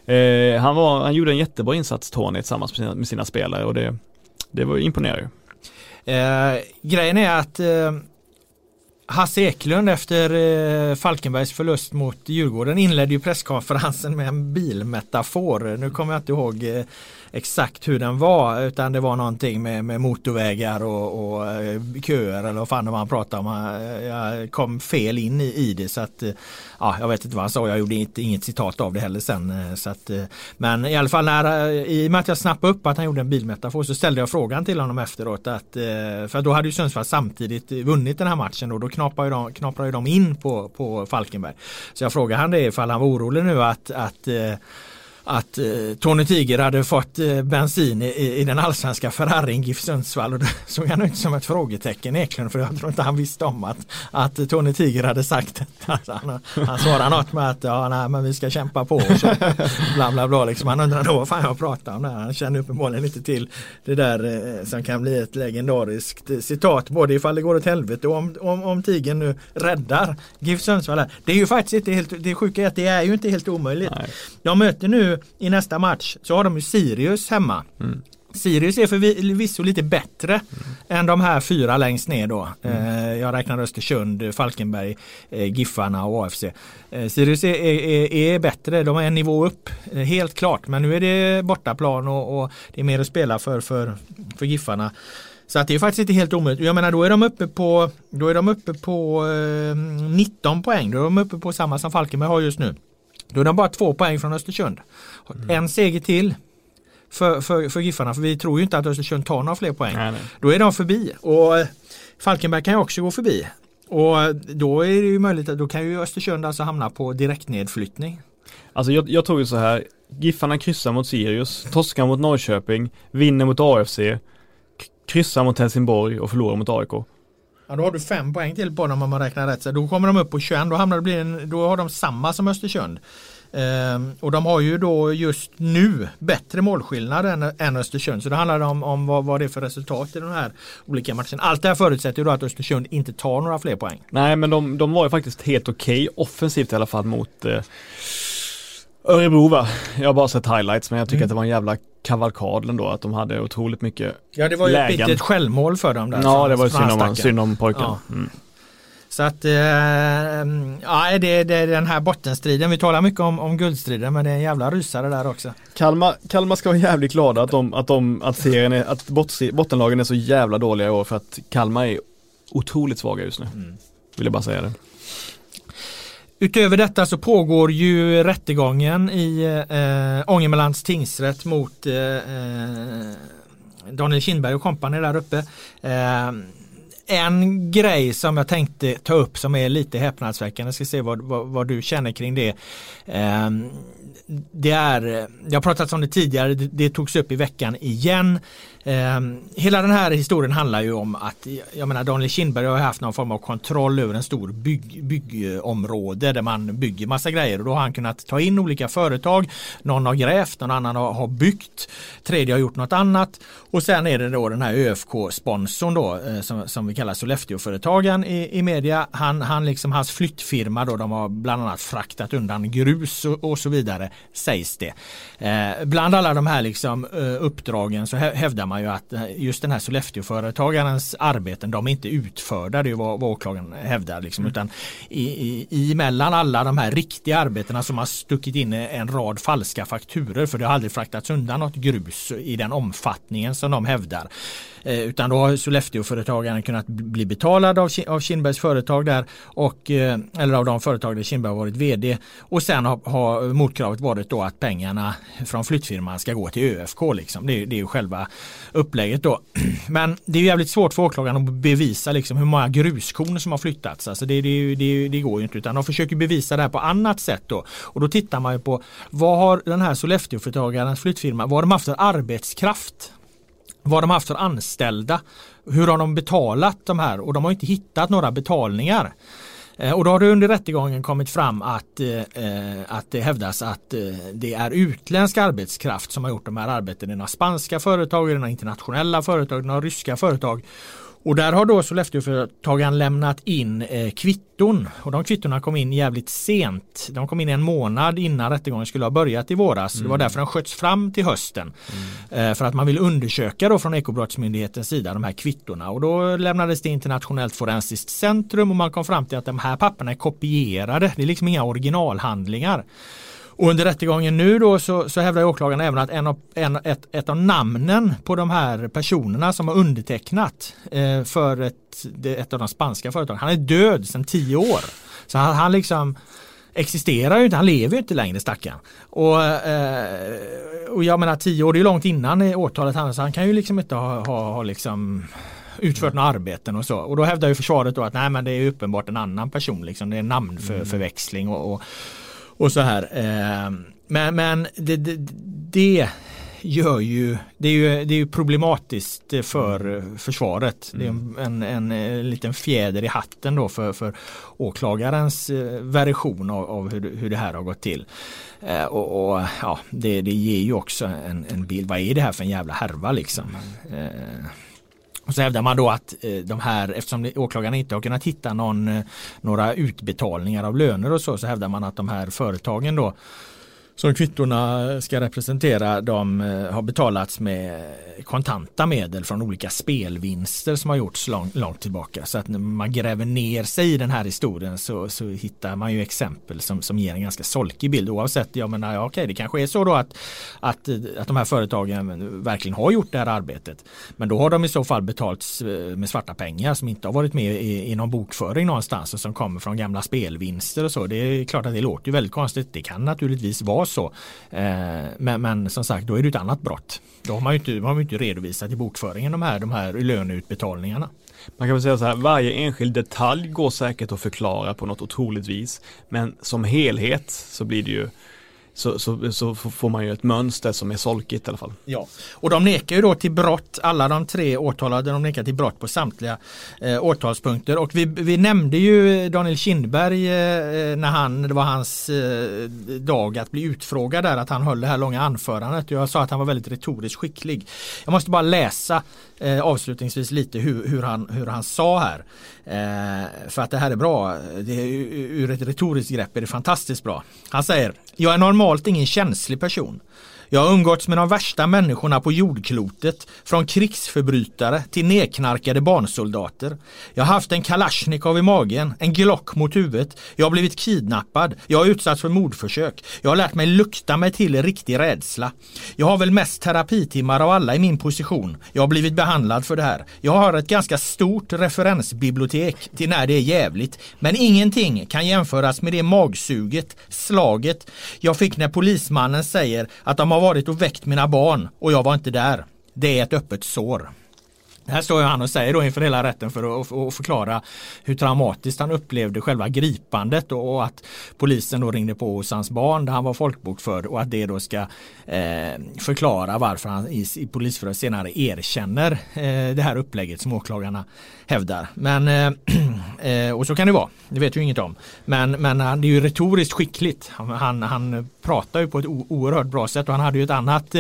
han gjorde en jättebra insats, Tony, tillsammans med sina spelare, och det var ju imponerande. Grejen är att Hasse Eklund efter Falkenbergs förlust mot Djurgården inledde ju presskonferensen med en bilmetafor. Nu kommer jag inte ihåg exakt hur den var, utan det var någonting med motorvägar och köer eller vad fan det var han pratade om. Jag kom fel in i det, så att ja, jag vet inte vad han sa, jag gjorde inget citat av det heller sen. Så att, men i alla fall i och med att jag snappade upp att han gjorde en bilmetafor, så ställde jag frågan till honom efteråt, för då hade ju Sundsvall samtidigt vunnit den här matchen, och då knaprar ju de in på Falkenberg. Så jag frågade han det ifall han var orolig nu att Tony Tiger hade fått bensin i den allsvenska Ferrarin GIF Sundsvall, och då såg han ut som ett frågetecken Eklund, för jag tror inte han visste om att Tony Tiger hade sagt det. Alltså, han svarade något med att men vi ska kämpa på och så bla bla bla liksom. Han undrar då vad fan jag pratar om där. Han känner uppenbarligen lite till det där som kan bli ett legendariskt citat, både ifall det går åt helvete och om Tiger nu räddar GIF Sundsvall. Det är ju faktiskt inte helt, det sjuka är att det är ju inte helt omöjligt. Nej. Jag möter nu i nästa match så har de ju Sirius hemma. Sirius är förvisso lite bättre än de här 4 längst ner då. Jag räknar Östersund, Falkenberg, Giffarna och AFC. Sirius är bättre, de är en nivå upp, helt klart. Men nu är det bortaplan och det är mer att spela för Giffarna. Så att det är faktiskt inte helt omöjligt. Jag menar, då är de uppe på 19 poäng. Då är de uppe på samma som Falkenberg har just nu. Då är de bara 2 poäng från Östersund. En seger till för Giffarna, för vi tror ju inte att Östersund tar några fler poäng. Nej. Då är de förbi, och Falkenberg kan ju också gå förbi. Och då är det ju möjligt att då kan ju Östersund alltså hamna på direktnedflyttning. Alltså jag tror ju så här, Giffarna kryssar mot Sirius, torskar mot Norrköping, vinner mot AFC, kryssar mot Helsingborg och förlorar mot AIK. Ja, då har du 5 poäng till på dem om man räknar rätt. Så då kommer de upp på 21. Då har de samma som Östersund. Och de har ju då just nu bättre målskillnad än Östersund. Så det handlar om vad det är för resultat i de här olika matcherna. Allt det här förutsätter ju då att Östersund inte tar några fler poäng. Nej, men de var ju faktiskt helt okej offensivt i alla fall mot Örebro, va? Jag har bara sett highlights, men jag tycker att det var en jävla kavalkad ändå, att de hade otroligt mycket. Ja, det var ju ett självmål för dem där. Ja, det var synd om pojken. Ja. Så att det är den här bottenstriden. Vi talar mycket om guldstriden, men det är en jävla rysare där också. Kalmar ska vara jävligt glada att serien att bottenlagen är så jävla dåliga i år, för att Kalmar är otroligt svaga just nu. Vill jag bara säga det. Utöver detta så pågår ju rättegången i Ångermanlands tingsrätt mot Daniel Kindberg och kompani där uppe. En grej som jag tänkte ta upp som är lite häpnadsväckande, jag ska se vad du känner kring det. Det är, jag har pratat om det tidigare, det togs upp i veckan igen. Hela den här historien handlar ju om att, jag menar, Daniel Kindberg har haft någon form av kontroll över en stor byggområde där man bygger massa grejer, och då har han kunnat ta in olika företag. Någon har grävt, någon annan har byggt, tredje har gjort något annat, och sen är det då den här ÖFK-sponsorn då, som vi kallar Sollefteå-företagen i media. Han liksom, hans flyttfirma då, de har bland annat fraktat undan grus och så vidare, sägs det. Bland alla de här liksom uppdragen så hävdar man ju att just den här Sollefteå-företagarens arbeten, de är inte utförda, det är vad åklagaren hävdar liksom, utan mellan alla de här riktiga arbetena som har stuckit in en rad falska fakturer, för det har aldrig fraktats undan något grus i den omfattningen som de hävdar. Utan då har Sollefteå-företagaren kunnat bli betalad av Kindbergs företag där, eller av de företag där Kindberg har varit vd, och sen har motkravet varit då att pengarna från flyttfirman ska gå till ÖFK liksom. Det är ju själva upplägget då. Men det är jävligt svårt för åklagaren att bevisa liksom hur många gruskorn som har flyttats. Alltså det går ju inte, utan de försöker bevisa det här på annat sätt då. Och då tittar man ju på, vad har den här Sollefteå-företagarens flyttfirma, vad har de haft för arbetskraft? Vad har de haft för anställda? Hur har de betalat de här? Och de har inte hittat några betalningar. Och då har det under rättegången kommit fram att det hävdas att det är utländsk arbetskraft som har gjort de här arbeten. Det är några spanska företag, det är några internationella företag, några ryska företag. Och där har då Sollefteå-företagen lämnat in kvitton, och de kvittorna kom in jävligt sent. De kom in en månad innan rättegången skulle ha börjat i våras. Det var därför de sköts fram till hösten. För att man vill undersöka då från Ekobrottsmyndighetens sida de här kvittorna. Och då lämnades det Internationellt forensiskt centrum, och man kom fram till att de här papperna är kopierade. Det är liksom inga originalhandlingar. Och under rättegången nu då så hävdar åklagaren även att ett av namnen på de här personerna som har undertecknat för ett av de spanska företagen, han är död sedan 10 år. Så han liksom existerar ju inte, han lever ju inte längre, stackaren. Och jag menar 10 år, det är långt innan åtalet, så han kan ju liksom inte ha liksom utfört några arbeten och så. Och då hävdar ju försvaret då att nej, men det är uppenbart en annan person liksom, det är namnförväxling och så här. Men det gör ju, det är ju problematiskt för försvaret. Det är en liten fjäder i hatten då för åklagarens version av hur det här har gått till. Och ja, det ger ju också en bild. Vad är det här för en jävla härva liksom? Och så hävdar man då att de här, eftersom åklagaren inte har kunnat hitta några utbetalningar av löner och så hävdar man att de här företagen då som kvittorna ska representera, de har betalats med kontanta medel från olika spelvinster som har gjorts långt tillbaka. Så att när man gräver ner sig i den här historien så hittar man ju exempel som ger en ganska solkig bild. Oavsett, jag menar, okej, det kanske är så då att de här företagen verkligen har gjort det här arbetet. Men då har de i så fall betalts med svarta pengar som inte har varit med i någon bokföring någonstans och som kommer från gamla spelvinster och så. Det är klart att det låter ju väldigt konstigt. Det kan naturligtvis vara så. Men som sagt, då är det ett annat brott. Då har man ju inte redovisat i bokföringen de här löneutbetalningarna. Man kan väl säga så här, varje enskild detalj går säkert att förklara på något otroligt vis, men som helhet så blir det ju så får man ju ett mönster som är solkigt i alla fall. Ja, och de nekar ju då till brott, alla de 3 åtalade, de nekar till brott på samtliga åtalspunkter. Och vi nämnde ju Daniel Kindberg när det var hans dag att bli utfrågad där, att han höll det här långa anförandet. Jag sa att han var väldigt retoriskt skicklig. Jag måste bara läsa avslutningsvis lite hur han sa här. För att det här är bra. Det är, ur ett retoriskt grepp är det fantastiskt bra. Han säger: jag är normalt ingen känslig person. Jag har umgåtts med de värsta människorna på jordklotet, från krigsförbrytare till nedknarkade barnsoldater. Jag har haft en Kalashnikov i magen, en Glock mot huvudet. Jag har blivit kidnappad. Jag har utsatts för mordförsök. Jag har lärt mig lukta mig till riktig rädsla. Jag har väl mest terapitimmar av alla i min position. Jag har blivit behandlad för det här. Jag har ett ganska stort referensbibliotek till när det är jävligt. Men ingenting kan jämföras med det magsuget, slaget jag fick när polismannen säger att de har varit och väckt mina barn och jag var inte där. Det är ett öppet sår. Här står ju han och säger då inför hela rätten för att förklara hur traumatiskt han upplevde själva gripandet och att polisen då ringde på hos hans barn där han var folkbokförd och att det då ska förklara varför han i polisförhör senare erkänner det här upplägget som åklagarna hävdar. Men och så kan det vara, det vet ju inget om. Men det är ju retoriskt skickligt. Han pratar ju på ett oerhört bra sätt och han hade ju ett annat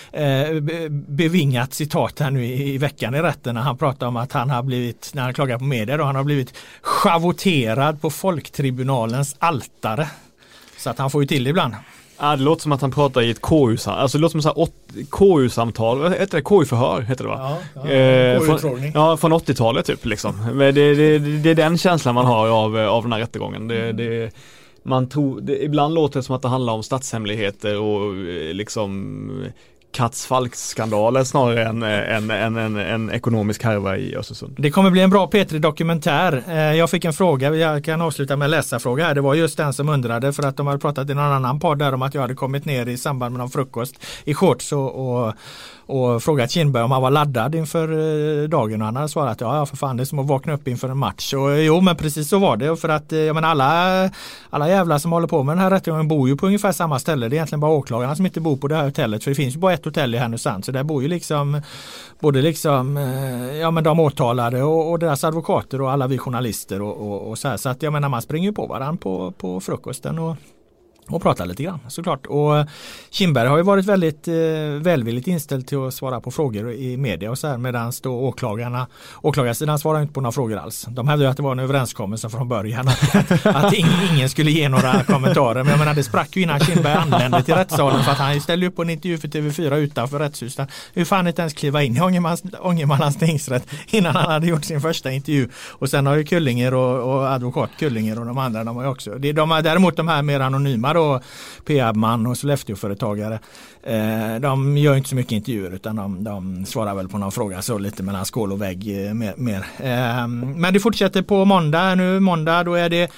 bevingat citat här nu i veckan i rätten när han pratar om att han har blivit, när han klagar på media då, han har blivit schavoterad på folktribunalens altare. Så att han får ju till det ibland. Ja, det låter som att han pratar i ett KU-samtal. Alltså det låter som KU-samtal. Heter det KU-förhör? Heter det va? KU-utfrågning. Från 80-talet typ liksom. Men det är den känslan man har av den här rättegången. Man tror, ibland låter det som att det handlar om statshemligheter och liksom Katzfalk-skandaler snarare än en ekonomisk härva i Östersund. Det kommer bli en bra Petri-dokumentär. Jag fick en fråga, jag kan avsluta med en läsarfråga här. Det var just den som undrade för att de hade pratat i någon annan podd där om att jag hade kommit ner i samband med någon frukost i shorts och frågat Kindberg om han var laddad inför dagen och han hade svarat ja för fan det är som att vakna upp inför en match och jo men precis så var det och för att jag menar alla jävlar som håller på med den här rättegången bor ju på ungefär samma ställe. Det är egentligen bara åklagarna som inte bor på det här hotellet för det finns ju bara ett hotell i Härnösand så där bor ju liksom både liksom ja men de åtalade och deras advokater och alla vi journalister och så här så att jag menar man springer ju på varandra på frukosten och prata lite grann såklart. Och Kindberg har ju varit väldigt välvilligt inställd till att svara på frågor i media och så här medan då åklagarsidan svarar inte på några frågor alls. De hävdade ju att det var en överenskommelse från början att ingen skulle ge några kommentarer. Men jag menar det sprack ju innan Kindberg anlände till rättssalen för att han ställde upp på en intervju för TV4 utanför rättshuset. Hur fan inte ens kliva in i Ångermanlands tingsrätt innan han hade gjort sin första intervju. Och sen har ju Kullinger och advokat Kullinger och de andra de har ju också. Däremot de här mer anonyma och PR-man och Sollefteå-företagare de gör inte så mycket intervjuer utan de svarar väl på någon fråga så lite mellan skål och vägg mer. Men det fortsätter på måndag då är det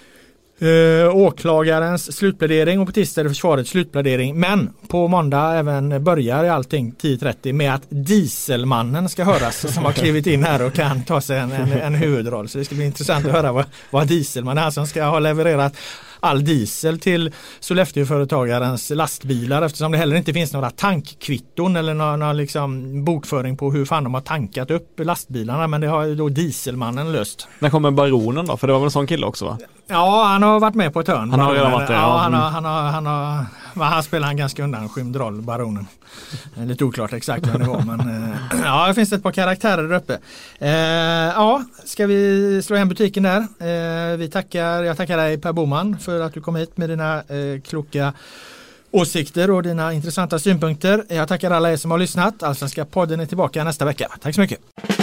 åklagarens slutplädering och på tisdag är det försvarets slutplädering men på måndag även börjar allting 10:30 med att dieselmannen ska höras som har klivit in här och kan ta sig en huvudroll så det ska bli intressant att höra vad dieselman är som ska ha levererat all diesel till Sollefteå-företagarens lastbilar eftersom det heller inte finns några tankkvitton eller någon liksom bokföring på hur fan de har tankat upp lastbilarna men det har då dieselmannen löst. När kommer baronen då? För det var väl en sån kille också va? Ja, han har varit med på ett hörn. Han har redan varit det. Ja, han spelar en ganska undanskymd roll, baronen. Lite oklart exakt vad det var, men ja, det finns ett par karaktärer där uppe. Ja, ska vi slå hem butiken där? Jag tackar dig Per Boman för att du kom hit med dina kloka åsikter och dina intressanta synpunkter. Jag tackar alla er som har lyssnat. Allsvenska podden är tillbaka nästa vecka. Tack så mycket.